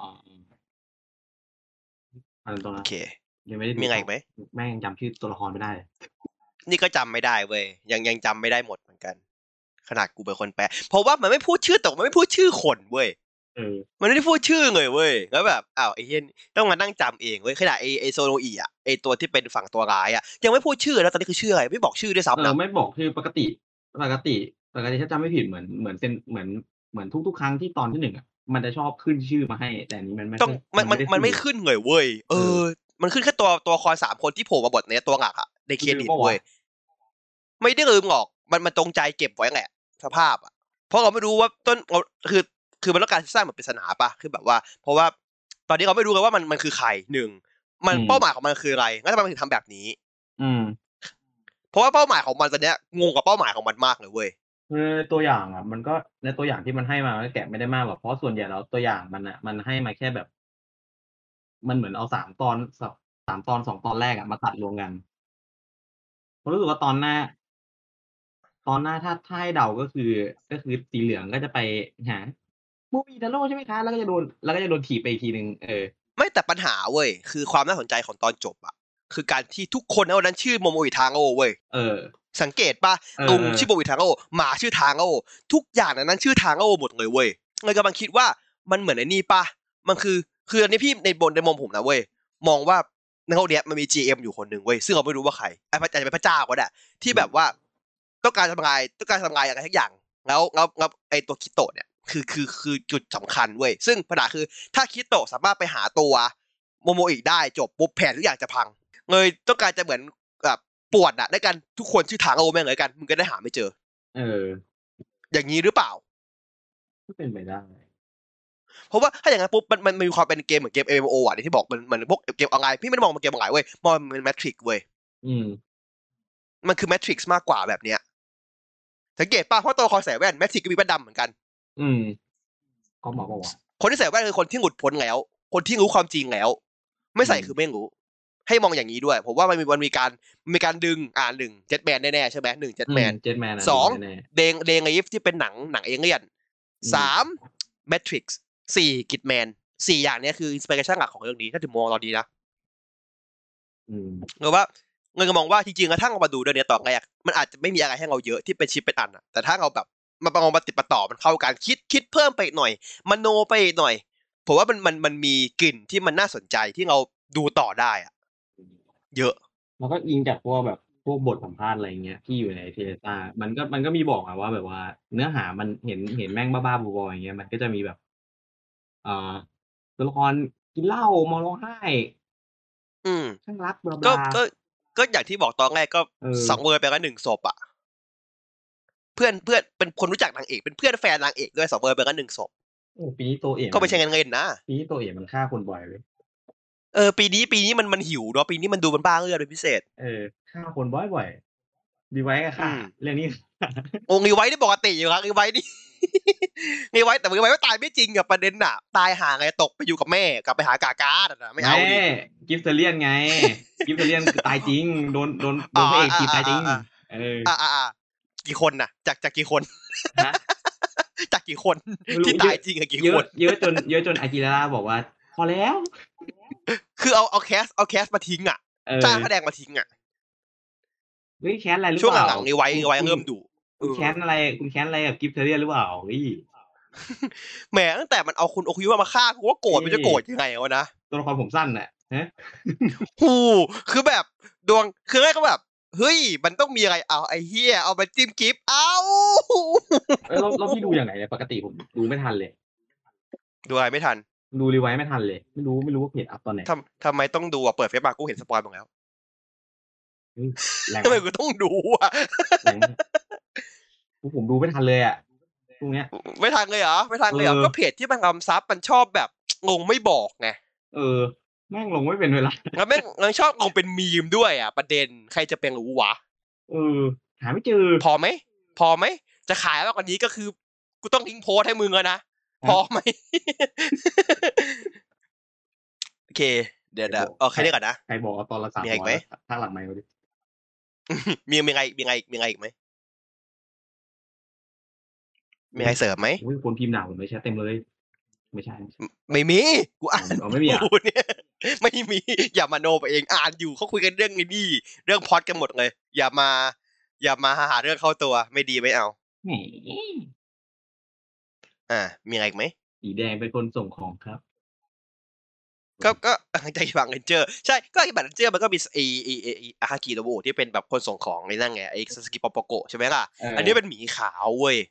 อันนั้นตรงนั้นโอเคยังไม่ได้มีไงไหมแม่งจำชื่อตัวละครไม่ได้นี่ก็จำไม่ได้เว้ยยังยังจำไม่ได้หมดเหมือนกันขนาดกูเป็นคนแปลเพราะว่ามันไม่พูดชื่อแต่มันไม่พูดชื่อคนเว้ยมันไม่ได้พูดชื่อเลยเว้ยแล้วแบบอ้าวไอ้เหี้ยต้องมานั่งจำเองเว้ยขนาดไอ้ไอ้โซโนอิอ่ะไอ้ตัวที่เป็นฝั่งตัวร้ายอ่ะยังไม่พูดชื่อแล้วตอนนี้คือชื่ออะไรไม่บอกชื่อด้วยซ้ำนะไม่บอกชื่อปกติปกติปกติถ้าจำไม่ผิดเหมือนเหมือนเป็นเหมือนเหมือนทุกๆครั้งที่ตอนที่หนึ่งอ่ะมันจะชอบขึ้นชื่อมาให้แต่นี้มันไม่ต้องมันมันมันไม่ขึ้นเลยเว้ยเออมันขึ้นแค่ตัวตัวคอยสามคนที่โผล่มาบทในตัวหลักอ่ะในเครดิตเว้ยไม่ได้ลืมหรอกมันมันตรงใจเก็บไว้แหละสภาพอ่ะเพราะเราไม่รู้ว่าต้นคือคือมันต้องการสร้างเหมือนปริศนาป่ะคือแบบว่าเพราะว่าตอนนี้เราไม่รู้เลยว่ามันมันคือใครหนึ่งมันเป้าหมายของมันคืออะไรแล้วทำไมมันถึงทำแบบนี้อืมเพราะว่าเป้าหมายของมันตอนเนี้ยงงกับเป้าหมายของมันมากเลยเว้ยคือตัวอย่างอ่ะมันก็ในตัวอย่างที่มันให้มาก็แกะไม่ได้มากหรอกเพราะส่วนใหญ่แล้วตัวอย่างมันอ่ะมันให้มาแค่แบบมันเหมือนเอาสามตอนสามตอนสองตอนแรกอ่ะมาตัดรวมกันผมรู้สึกว่าตอนหน้าตอนหน้าถ้าถ้าให้เดาก็คือก็คือสีเหลืองก็จะไปหามูมีดาโร่ใช่ไหมคะแล้วก็จะโดนแล้วก็จะโดนถีบไปอีกทีนึงเออไม่แต่ปัญหาเว้ยคือความน่าสนใจของตอนจบอ่ะคือการที่ทุกคนในวันนั้นชื่อโมโมอิทางโอเว้ยเออสังเกตป่ะลุงชื่อโมโมอิทางโอหมาชื่อทางโอทุกอย่างในนั้นชื่อทางโอหมดเลยเว้ยเลยกำลังคิดว่ามันเหมือนไอ้นี่ป่ะมันคือคืออันนี้พี่ในบนในมุมผมนะเว้ยมองว่าในโลกเนี้ยมันมี จี เอ็ม อยู่คนหนึ่งเว้ยซึ่งเราไม่รู้ว่าใครอาจจะเป็นพระเจ้าก็ได้ที่แบบว่าต้องการทำลายต้องการทำลายอะไรทุกอย่างแล้วแล้วแล้วไอ้ตัวคิโตะเนี่ยคือคือคือจุดสำคัญเว้ยซึ่งปัญหาคือถ้าคิโตะสามารถไปหาตัวโมโมอิได้จบปุ๊บแผนทุกอย่างจะพังเลยต้องการจะเหมือนแบบปวดอะได้กันทุกคนชื่อทางโอแม่งเลยกันมึงก็ได้หาไม่เจอเอออย่างนี้หรือเปล่าก็เป็นไปได้เพราะว่าถ้าอย่างนั้นปุ๊บมันมันมีความเป็นเกมเหมือนเกม เอ็ม เอ็ม โอ อ่ะที่บอกมันมันพวกเกมออนไลน์พี่ไม่ได้มองมันเกมออนไลน์เว้ยมองมันเป็นแมทริกซ์เว้ยอืมมันคือแมทริกซ์มากกว่าแบบเนี้ยสังเกตป่ะเพราะตัวละครใส่แว่นแมทริกซ์ก็มีแว่นดำเหมือนกันอืมก็บอกว่าคนที่ใส่แว่นคือคนที่หลุดพ้นแล้วคนที่รู้ความจริงแล้วไม่ใส่คือไม่รู้ให้มองอย่างนี้ด้วยผมว่ามันมีมันมีการมีการดึงอ่าหนึ่งเจ็ตแมนแน่ๆใช่ไหมหนึ่งเจ็ตแมนสองเดงเดงไอฟที่เป็นหนังหนังเอเลี่ยนสามแมทริกซ์สี่กิทแมนสี่อย่างนี้คืออินสปิเรชันหลักของเรื่องนี้ถ้าถึงมองตอนนี้นะอืมเงินว่าเงินก็มองว่าจริงๆแล้วถ้าเรามาดูเรื่องนี้ต่อแรกมันอาจจะไม่มีอะไรให้เราเยอะที่เป็นชิปเป็นอันอะแต่ถ้าเราแบบมาประมองมาติดประต่อมันเข้ากันคิดคิดเพิ่มไปหน่อยมโนไปหน่อยผมว่ามันมันมันมีกลิ่นที่มันน่าสนใจที่เราดูต่อได้อะเยอะแล้วก็ยิงจากพวกแบบพวกบทสัมภาษณ์อะไรเงี้ยที่อยู่ในเทเลซ่ามันก็มันก็มีบอกอะว่าแบบว่าเนื้อหามันเห็นเห็นแม่งบ้าๆบอๆอย่างเงี้ยมันก็จะมีแบบอ่าตัวละครกินเหล้าเมาร้องไห้อืมข้างรักบลาก็ก็ก็อย่างที่บอกตอนแรกก็สังเวยไปแล้วหนึ่งศพอ่ะเพื่อนเพื่อนเป็นคนรู้จักนางเอกเป็นเพื่อนแฟนนางเอกด้วยสังเวยไปแล้วหนึ่งศพโอ้ปีนี้ตัวเอกก็ไปใช้เงินเงินนะปีนี้ตัวเอกมันฆ่าคนบ่อยเลยเออปีนี้ปีนี้มันมันหิวเนาะปีนี้มันดูมันบ้าเลือดเป็นพิเศษเออฆ่าคนบ่อยๆดีไว้ก็ฆ่าเรื่องนี้โอ้รีไว้นี่ปกติอยู่ครับรีไว้นี่รีไว้แต่รีไว้ว่าตายไม่จริงกับประเด็นน่ะตายหาไงตกไปอยู่กับแม่กลับไปหากากาดนะไม่เอาดิกิฟเทเลียนไงกิฟเทเลียนตายจริงโดนโดนโดนพระเอกจีบตายจริงเอออ่าๆกี่คนน่ะจากจากกี่คนฮะจากกี่คนที่ตายจริงอะกี่คนเยอะจนเยอะจนอากิระบอกว่าพอแล้วคือเอาเอาแคสเอาแคสมาทิ้งอ่ะจ้างแสดงมาทิ้งอ่ะเฮ้ยแคสอะไรหรือเปล่าช่วงหลังๆนี้ไว้ไว้เริ่มดุคุณแคสอะไรคุณแคสอะไรกับกิฟเทเลียนหรือเปล่าเฮ้ยแหมตั้งแต่มันเอาคุณโอคุยมาฆ่ากูว่าโกรธมันจะโกรธยังไงวะนะตัวละครผมสั้นน่ะฮะฮูคือแบบดวงคือแรกก็แบบเฮ้ยมันต้องมีอะไรเอาไอ้เหี้ยเอามาจิ้มกิฟเอาเออเราพี่ดูอย่างไหนปกติผมดูไม่ทันเลยดูอะไรไม่ทันดูรีไวซ์ไม่ทันเลยไม่รู้ไม่รู้ว่าเพจอัพตอนไหนทำทำไมต้องดูอ่ะเปิดเฟซบุ๊กกูเห็นสปอยล์หมดแล้วทำไมกูต้องดูอ่ะผมดูไม่ทันเลยอ่ะตรงเนี้ยไม่ทันเลยเหรอไม่ทันเลยเหรอก็เพจที่มันทำซับมันชอบแบบงงไม่บอกไงเออแม่งลงไม่เป็นเวลาแล้วแม่งยังชอบลงเป็นมีมด้วยอ่ะประเด็นใครจะเป็นรู้วะเออหาไม่เจอพอไหมพอไหมจะขายมากกว่านี้ก็คือกูต้องทิ้งโพสต์ให้มึงแล้วนะพอไหม โอเคเดี๋ยวเดี๋ยวเอาแค่นี้ก่อนนะใครบอกว่าตอนละสามมีอะไรอีกไหมร้อยถ้าหลังไม่มาดิมีมีไงมีไงมีไงอีกไหมมีใครเสริมไหมโอ้ยคนพิมพ์หนาผมไม่ใช่เต็มเลย ไม่ใช่ไม่ใช่ไม่มีกูอ่านอ๋อไม่มีอ่ะอยู่เนี่ยไม่มีอย่ามาโนไปเองอ่านอยู่เขาคุยกันเรื่องนี้เรื่องพอดกันหมดเลย อย่ามา อย่ามาหาเรื่องเข้าตัวไม่ดีไม่เอาแหมอ่า มีอะไรอีกไหมสีแดงเป็นคนส่งของครับก็ก็ใจบังเรนเจอร์ใช่ก็ไอ้บัตรเรนเจอร์มันก็มีไอไอไออาฮากิโนบุที่เป็นแบบคนส่งของในนั่นไงไอซาสกิปอปโกะใช่ไหมล่ะเอออัอันนี้เป็นหมีขาวเว้ย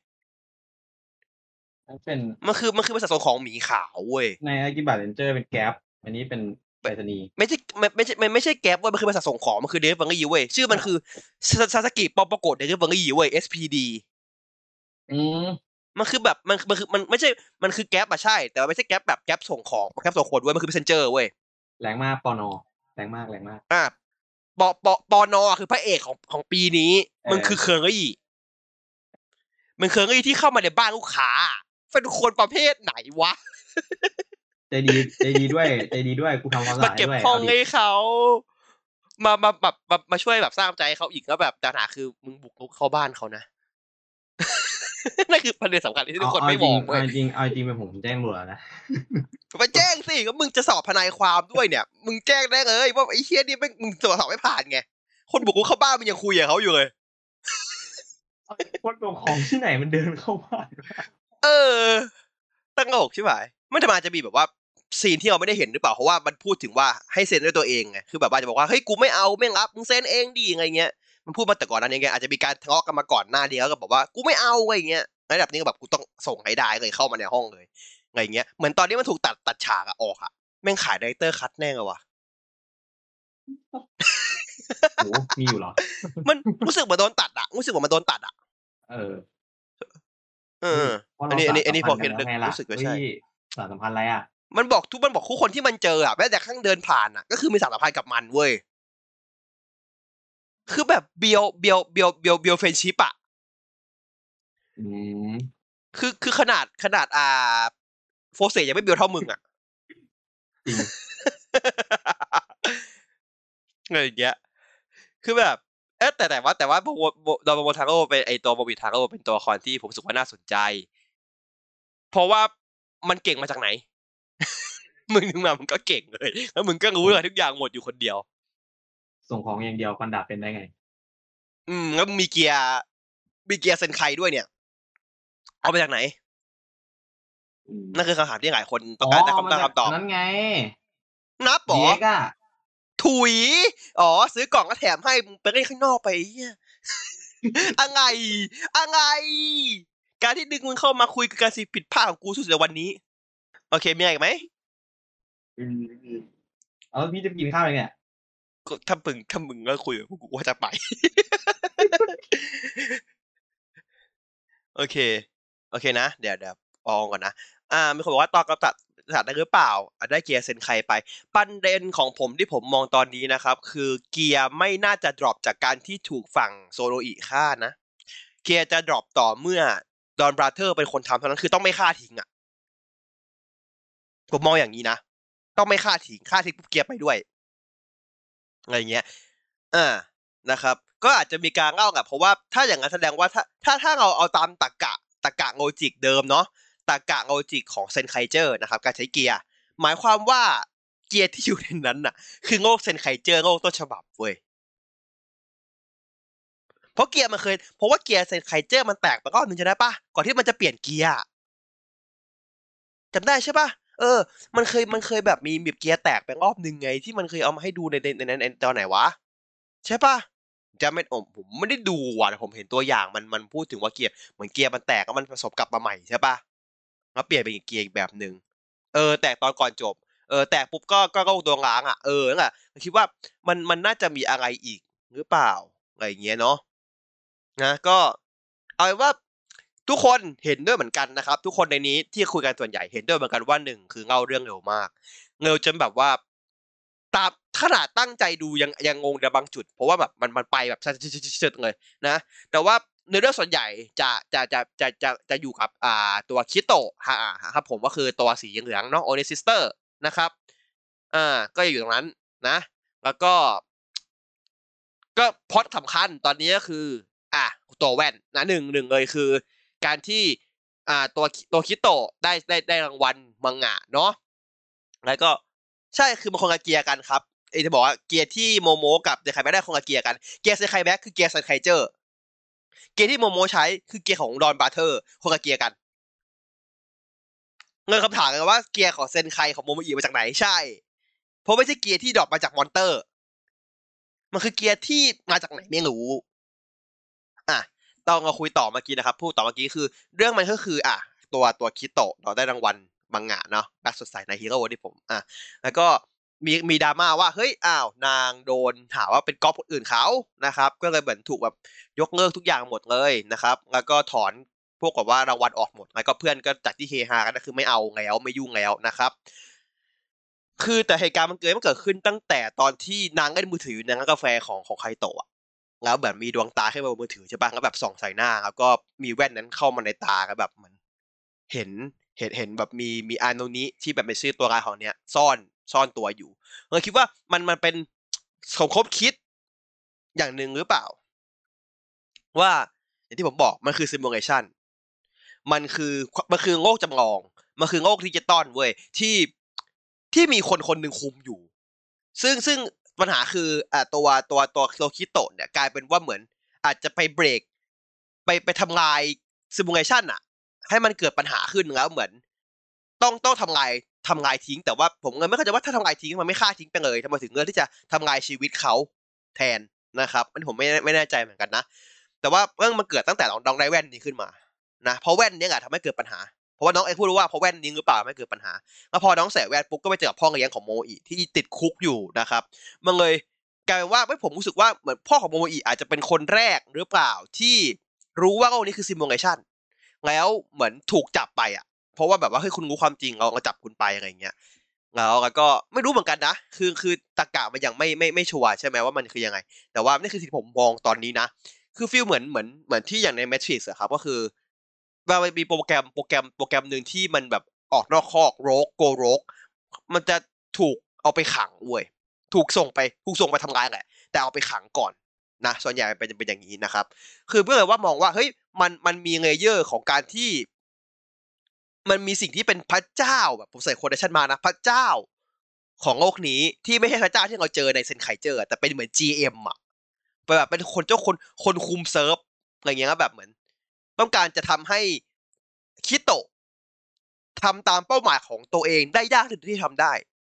เป็นมันคือมันคือบริษัทส่งของหมีขาวเว้ยในอากิบะเรนเจอร์เป็นแก๊ปอันนี้เป็นไปรษณีย์ไม่ใช่ไม่ไม่ใช่ไม่ไม่ใช่แก๊ปเว้ยมันคือบริษัทส่งของมันคือเดลิเวอรี่เว้ยชื่อมันคือซาสกิปอปโกะเดลิเวอรี่เว้ย เอส พี ดีอืมมันคือแบบมันมันคือมันไม่ใช่มันคือแก๊ปอะใช่แต่ว่าไม่ใช่แก๊ปแบบแก๊ปส่งของแก๊ปส่งคนเว้ยมันคือ messenger เว้ยแรงมากปอนอแรงมากแรงมากอ่ะปปปนคือพระเอกของของปีนี้เออมันคือเคอรี่มันเคอรี่ที่เข้ามาในบ้านลูกค้าเป็นคนประเภทไหนวะใจดีใจดีด้วยใจดีด้วยกูทำความสะมาอาดเก็บด้วยห้องเอาดิให้เขามามาแบบมามาช่วยแบบสร้างใจให้เขาอีกแล้วแบบแต่ปัญหาคือมึงบุกรุกเข้าบ้านเขานะ นั่นคือประเด็นสำคัญที่ทุกคนไม่มองเอาเว้ยจริงเอาจริงเป็นผมแจ้งตำรวจแล้วนะไปแจ้งสิก็มึงจะสอบทนายความด้วยเนี่ย มึงแจ้งได้เลยว่าไอ้เฮียนี่แม่งมึงตรวจสอบไม่ผ่านไงคนบุกรุกเข้าบ้านมึงยังคุยกับเขาอยู่เลยคนส่งของที่ไหนมันเดินเข้าบ้านเออตั้งโลกใช่ไหมมันจะมาจะมีแบบว่าซีนที่เราไม่ได้เห็นหรือเปล่าเพราะว่ามันพูดถึงว่าให้เซ็นด้วยตัวเองไงคือแบบว่าจะบอกว่าเฮ้ยกูไม่เอาไม่รับมึงเซ็นเองดีไงเงี้ยมันพูดมาแต่ก่อนนั้นยังไงอาจจะมีการทะเลาะกันมาก่อนหน้าเดียวก็บอกว่ากูไม่เอาไงเงี้ยระดับนี้ก็แบบกูต้องส่งให้ได้เลยเข้ามาในห้องเลยไงเงี้ยเหมือนตอนนี้มันถูกตัดตัดฉากอะออกอะแม่งขายไดเรคเตอร์คัทแน่เลยว่ะโอ้มีอยู่เหรอมันรู้สึกเหมือนโดนตัดอะรู้สึกเหมือนมันโดนตัดอะเออเออเพราะอันเรานี้อันนี้สานอันนี้สัพมอพันธ์เห็นกันแล้วไงล่ะรู้สึกว่าเฮ้ใช่ยสารสัมพันธ์อะไรอ่ะมันบอกทุกมันบอกคู่คนที่มันเจออะแม้แต่ข้างเดินผ่านอะก็คือมีสารสัมพันธ์กับมันเว้ยคือแบบเบียวเบียวเบียวเบียวเบียวเฟรนชิปอะอืมคือคือขนาดขนาดอ่าโฟเซยังไม่เบียวเท่ามึงอะจริงอะไรอย่างเงี้ยคือแบบเอ๊ะแต่แต่ว่าแต่ว่าโบโบดอมโบทาโร่เป็นไอตัวโบบิทาโร่เป็นตัวละครที่ผมรู้สึกว่าน่าสนใจ เพราะว่ามันเก่งมาจากไหน มึงนึงมามึงก็เก่งเลยแล้วมึงก็รู้เลยทุกอย่างหมดอยู่คนเดียวส่งของอย่างเดียวฟันดาบเป็นได้ไงอืมแล้วมึงมีเกียร์มีเกียร์เซนไคด้วยเนี่ย เอามาจากไหนอืมนั่นคือคำถามที่หลายคนต้อ๋อองการได้เอามาคำตอบจากคำตอบนั้นไงนับหรอเด็กอ่ะถุยอ๋อซื้อกล่องก็แถมให้มึงไปเล่นข้างนอกไปเหี้ย อะไรอะไรการที่ดึงมึงเข้ามาคุยคือการสิผิดพลาดของกูสุดในวันนี้ โอเคมีอะไรอีกไหมอืมอืมเอาแล้วพี่จะกินข้าวยังไงก็ถ้ามึงถ้ามึงก็คุยกับกูกูว่าจะไป โอเค โอเคนะ เดี๋ยวเดี๋ยวอองก่อนนะ อ่ามีคนบอกว่าตอนกำตัดตัดได้หรือเปล่าอ่ะได้เกียร์เซนไคไปประเด็นของผมที่ผมมองตอนนี้นะครับ คือเกียร์ไม่น่าจะดรอปจากการที่ถูกฝั่งโซโลอิฆ่านะ เกียร์จะดรอปต่อเมื่อดอนบราเธอร์เป็นคนทำเท่านั้นคือต้องไม่ฆ่าทิ้งอ่ะ ผมมองอย่างนี้นะ ต้องไม่ฆ่าทิ้งฆ่าทิ้งปุ๊บเกียร์ไปด้วยอะไรเงี้ยอ่านะครับ ก็อาจจะมีการเล่ากับเพราะว่าถ้าอย่างนั้นแสดงว่าถ้าถ้าถ้าเราเอาตามตรรกะตรรกะโลจิกเดิมเนาะตรรกะโลจิกของเซนไคเจอร์นะครับการใช้เกียร์หมายความว่าเกียร์ที่อยู่ในนั้นน่ะคือโลกเซนไคเจอร์โลกต้นฉบับเว้ยเพราะเกียร์มันเคยเพราะว่าเกียร์เซนไคเจอร์มันแตกไปรอบนึงจะได้ปะก่อนที่มันจะเปลี่ยนเกียร์จำได้ใช่ปะเออมันเคยมันเคยแบบมีแบบเกียร์แตกไปรอบนึงไงที่มันเคยเอามาให้ดูในในในตอนไหนวะใช่ปะจะไม่ผมผมไม่ได้ดูว่ะแต่ผมเห็นตัวอย่างมันมันพูดถึงว่าเกียร์เหมือนเกียร์มันแตกแล้วมันผสมกลับมาใหม่ใช่ปะแล้วเปลี่ยนเป็นอีกเกียร์อีกแบบนึงเออแตกตอนก่อนจบเออแตกปุ๊บก็ก็ก็ตัวล้างอ่ะเออนั่นแหละคิดว่ามันมันน่าจะมีอะไรอีกหรือเปล่าอะไรอย่างเงี้ยเนาะนะก็เอาเป็นว่าทุกคนเห็นด้วยเหมือนกันนะครับทุกคนในนี้ที่คุยกันส่วนใหญ่เห็นด้วยเหมือนกันว่าหนึ่งคือเล่าเรื่องเร็วมากเร็วจนแบบว่าตามขนาดตั้งใจดูยังยังงงในบางจุดเพราะว่าแบบมันมันไปแบบชัดๆเลยนะแต่ว่าในเรื่องส่วนใหญ่จะจะจะจะจะจะอยู่กับอ่าตัวคิโตะครับผมก็คือตัวสีเหลืองเนาะโอเนซิสเตอร์นะครับอ่าก็อยู่ตรงนั้นนะแล้วก็ก็พล็อตสำคัญตอนนี้ก็คืออ่ะตัวแว่นนะหนึ่งหนึ่งเลยคือการที่อ่าตัวตัวคิโตะได้ได้ได้รางวัลมังงะเนาะแล้วก็ใช่คือมันคนละเกียร์กันครับไอ้จะบอกว่าเกียร์ที่โมโมกับเซไคแบ็คได้คนละเกียร์กันเกียร์เซไคแบ็คคือเกียร์ซันไคเจอร์เกียร์ที่โมโมใช้คือเกียร์ของดอนบาร์เทอร์คนละเกียร์กันเงินคำถามกันว่าเกียร์ของเซนไคของโมโมอิมาจากไหนใช่เพราะไม่ใช่เกียร์ที่ดรอปมาจากมอนเตอร์มันคือเกียร์ที่มาจากไหนไม่รู้อ่ะต้องมาคุยต่อเมื่อกี้นะครับพูดต่อเมื่อกี้คือเรื่องมันก็คืออ่ะตัวตัวคิโตะเราได้รางวัลมังงะเนาะรักสดใสในฮีโร่ที่ผมอ่ะแล้วก็มีมีดราม่าว่าเฮ้ยอ้าวนางโดนหาว่าเป็นก๊อปคนอื่นเขานะครับก็เลยเหมือนถูกแบบยกเลิกทุกอย่างหมดเลยนะครับแล้วก็ถอนพวกแบบว่ารางวัลออกหมดแล้วก็เพื่อนก็จากที่เฮฮากันก็คือไม่เอาแล้วไม่ยุ่งแล้วนะครับคือแต่เหตุการณ์มันเกิดมันเกิดขึ้นตั้งแต่ตอนที่นางเล่นมือถือในร้านกาแฟของของไคโตะแล้วแบบมีดวงตาขึ้นมาบนมือถือใช่ป่ะแล้วแบบส่องใส่หน้าแล้วก็มีแว่นนั้นเข้ามาในตาก็แบบเหมือนเห็นเห็นเห็นแบบมีมีอาโนนิที่แบบเป็นชื่อตัวร้ายของเนี้ยซ่อนซ่อนตัวอยู่เราคิดว่ามันมันเป็นสมคบคิดอย่างหนึ่งหรือเปล่าว่าอย่างที่ผมบอกมันคือซิมูเลชันมันคือมันคือโลกจำลองมันคือโลกดิจิตอลเว้ยที่ที่มีคนคนหนึ่งคุมอยู่ซึ่งซึ่งปัญหาคืออ่าตัวตัวตัวโลคิโตะเนี่ยกลายเป็นว่าเหมือนอาจจะไปเบรกไปไปทำลายซิมูเลชันอะให้มันเกิดปัญหาขึ้นแล้วเหมือนต้องต้องทำลายทำลายทิ้งแต่ว่าผมเงินไม่เข้าใจว่าถ้าทำลายทิ้งมันไม่ฆ่าทิ้งไปเลยทำไมถึงเงินที่จะทำลายชีวิตเขาแทนนะครับอันนี้ผมไม่ไม่แน่ใจเหมือนกันนะแต่ว่าเรื่องมันเกิดตั้งแต่น้องได้แว่นนี้ขึ้นมานะเพราะแว่นนี้แหละทำให้เกิดปัญหาเพราะว่าน้องไอ้พูดว่าเพราะแว่นนี้หรือเปล่าไม่เกิดปัญหาแล้วพอน้องใส่แว่นปุ๊บก็ไปเจอพ่อเลี้ยงของโมอิที่ติดคุกอยู่นะครับมันเลยกลายเป็นว่าไม่ผมรู้สึกว่าเหมือนพ่อของโมอิอาจจะเป็นคนแรกหรือเปล่าที่รู้ว่าโลกนี้คือซิมูเลชันแล้วเหมือนถูกจับไปอ่ะเพราะว่าแบบว่าเฮ้ยคุณรู้ความจริงเราเราจับคุณไปอะไรอย่างเงี้ยแล้วแล้วก็ไม่รู้เหมือนกันนะคือคือตรรกะมันยังไม่ไม่ไม่ชัวร์ใช่ไหมว่ามันคือยังไงแต่ว่านี่คือสิ่งที่ผมมองตอนนี้นะคือฟีลเหมือนเหมือนเหมือนที่อย่างใน Matrix อะครับก็คือว่ามันมีโปรแกรมโปรแกรมโปรแกรมหนึ่งที่มันแบบออกนอกคอกโรกโกโรกมันจะถูกเอาไปขังเว้ยถูกส่งไปถูกส่งไปทำลายแหละแต่เอาไปขังก่อนนะส่วนใหญ่เป็นเป็นอย่างนี้นะครับคือเพื่อว่ามองว่าเฮ้ยมันมันมีเลเยอร์ของการที่มันมีสิ่งที่เป็นพระเจ้าแบบผมใส่โคเดชั่นมานะพระเจ้าของโลกนี้ที่ไม่ใช่พระเจ้าที่เราเจอในเซนไคเจอร์แต่เป็นเหมือน จี เอ็ม อ่ะแบบเป็นคนเจ้าคนคนคุมเซิร์ฟอะไรเงี้ยแบบเหมือนต้องการจะทำให้คิโตะทำตามเป้าหมายของตัวเองได้ยากที่ที่ทำได้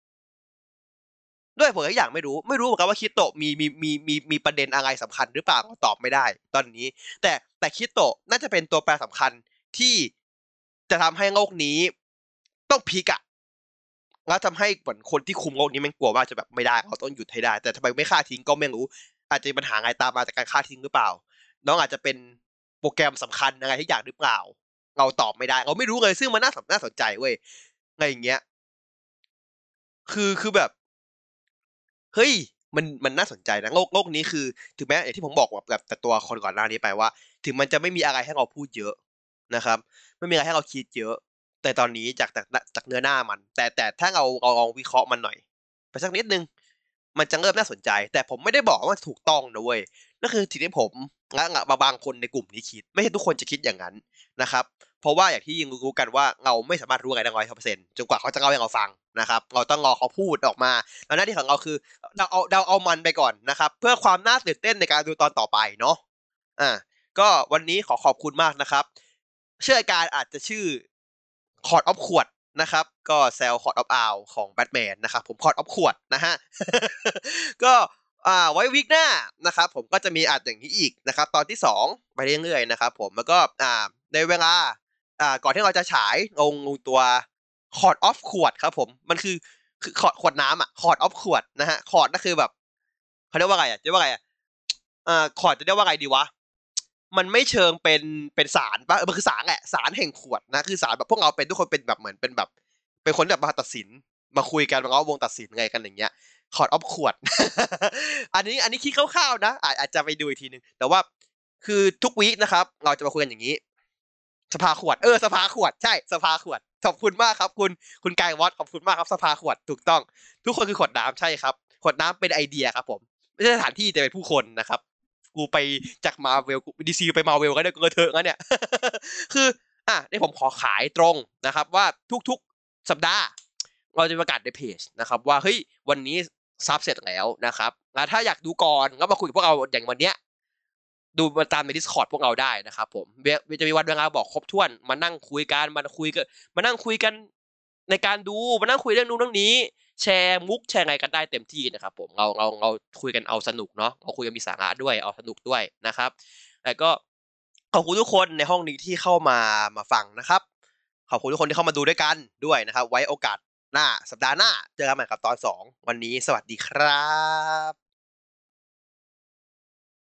ด้วยผมก็อย่างไม่รู้ไม่รู้เหมือนกันว่าคิโตะมีมีมีมีมีประเด็นอะไรสำคัญหรือเปล่าตอบไม่ได้ตอนนี้แต่แต่คิโตะน่าจะเป็นตัวแปรสำคัญที่จะทำให้โลกนี้ต้องพลิกอะแล้วทำให้เหมือนคนที่คุมโลกนี้มันกลัวว่าจะแบบไม่ได้เขาต้องหยุดให้ได้แต่ทำไมไม่ฆ่าทิ้งก็ไม่รู้อาจจะมีปัญหาอะไรตามมาจากการฆ่าทิ้งหรือเปล่าน้องอาจจะเป็นโปรแกรมสำคัญอะไรที่อยากหรือเปล่าเราตอบไม่ได้เราไม่รู้เลยซึ่งมันน่าน่าสนใจเว้ยอะไรอย่างเงี้ยคือคือแบบเฮ้ยมันมันน่าสนใจนะโลกโลกนี้คือถึงแม้อย่างที่ผมบอกแบบแต่ตัวคนก่อนหน้านี้ไปว่าถึงมันจะไม่มีอะไรให้เราพูดเยอะนะครับไม่มีอะไรให้เราคิดเยอะแต่ตอนนี้จากจากจากเนื้อหน้ามันแต่แต่ถ้าเราเราลองวิเคราะห์มันหน่อยไปสักนิดนึงมันจะเริ่มน่าสนใจแต่ผมไม่ได้บอกว่าถูกต้องนะเว้ยนั่นคือสิ่งที่ผมและบางบางคนในกลุ่มนี้คิดไม่ใช่ทุกคนจะคิดอย่างนั้นนะครับเพราะว่าอย่างที่ยังรู้กันว่าเราไม่สามารถรู้อะไรได้ร้อยเปอร์เซ็นต์จนกว่าเขาจะเล่าให้เราฟังนะครับเราต้องรอเขาพูดออกมาแล้วหน้าที่ของเราคือเราเอาเราเอามันไปก่อนนะครับเพื่อความน่าตื่นเต้นในการดูตอนต่อไปเนาะอ่าก็วันนี้ขอขอบคุณมากนะครับชื่อรายการอาจจะชื่อ Court of ขวดนะครับก็แซล Court of Owl ของแบทแมนนะครับผม Court of ขวดนะฮะ ก็อ่าไว้วีคหน้านะครับผมก็จะมีอัดอย่างนี้อีกนะครับตอนที่สองไปเรื่อยๆนะครับผมแล้วก็อ่าในเวลาอ่าก่อนที่เราจะฉายลงตัว Court of ขวดครับผมมันคือคือขวดขวดน้ำอ่ะ Court of ขวดนะฮะ Court นั่นคือแบบเขาเรียกว่าไงอ่ะเรียกว่าไงอ่ะอ่า Court จะเรียกว่าไงดีวะมันไม่เชิงเป็นเป็นศาลป่ะมันคือศาลแหละศาลแห่งขวดนะคือศาลแบบพวกเราเป็นทุกคนเป็นแบบเหมือนเป็นแบบเป็นคนแบบมาตัดสินมาคุยกันแล้ววงตัดสินไงกันอย่างเงี้ยคอร์ดออฟขวด อันนี้อันนี้คิดคร่าวๆนะอาจอาจจะไปดูอีกทีนึงแต่ว่าคือทุกวีคนะครับเราจะมาคุยกันอย่างนี้สภาขวดเออสภาขวดใช่สภาขวดขอบคุณมากครับคุณคุณกายวอตขอบคุณมากครับสภาขวดถูกต้องทุกคนคือขวดน้ำใช่ครับขวดน้ำเป็นไอเดียครับผมไม่ใช่สถานที่แต่เป็นผู้คนนะครับกูไปจากมาเวลกูดีซีไปมาเวลกันเนี่ยกูกระเถิงแล้วเนี่ย คืออ่ะนี่ผมขอขายตรงนะครับว่าทุกๆสัปดาห์เราจะประกาศในเพจนะครับว่าเฮ้ยวันนี้ซับเสร็จแล้วนะครับแล้วถ้าอยากดูก่อนก็มาคุยกับพวกเราอย่างวันเนี้ยดูมาตามใน Discord พวกเราได้นะครับผมจะมีวันเวลาบอกครบถ้วนมานั่งคุยกันมาคุยกันมานั่งคุยกันในการดูมานั่งคุยเรื่องนู้นเรื่องนี้แชร์มุกแชร์ไงกันได้เต็มที่นะครับผมเราเราเราคุยกันเอาสนุกเนาะเราคุยกันมีสาระด้วยเอาสนุกด้วยนะครับแล้วก็ขอบคุณทุกคนในห้องนี้ที่เข้ามามาฟังนะครับขอบคุณทุกคนที่เข้ามาดูด้วยกันด้วยนะครับไว้โอกาสหน้าสัปดาห์หน้าเจอกันใหม่กับตอนสองวันนี้สวัสดีครับ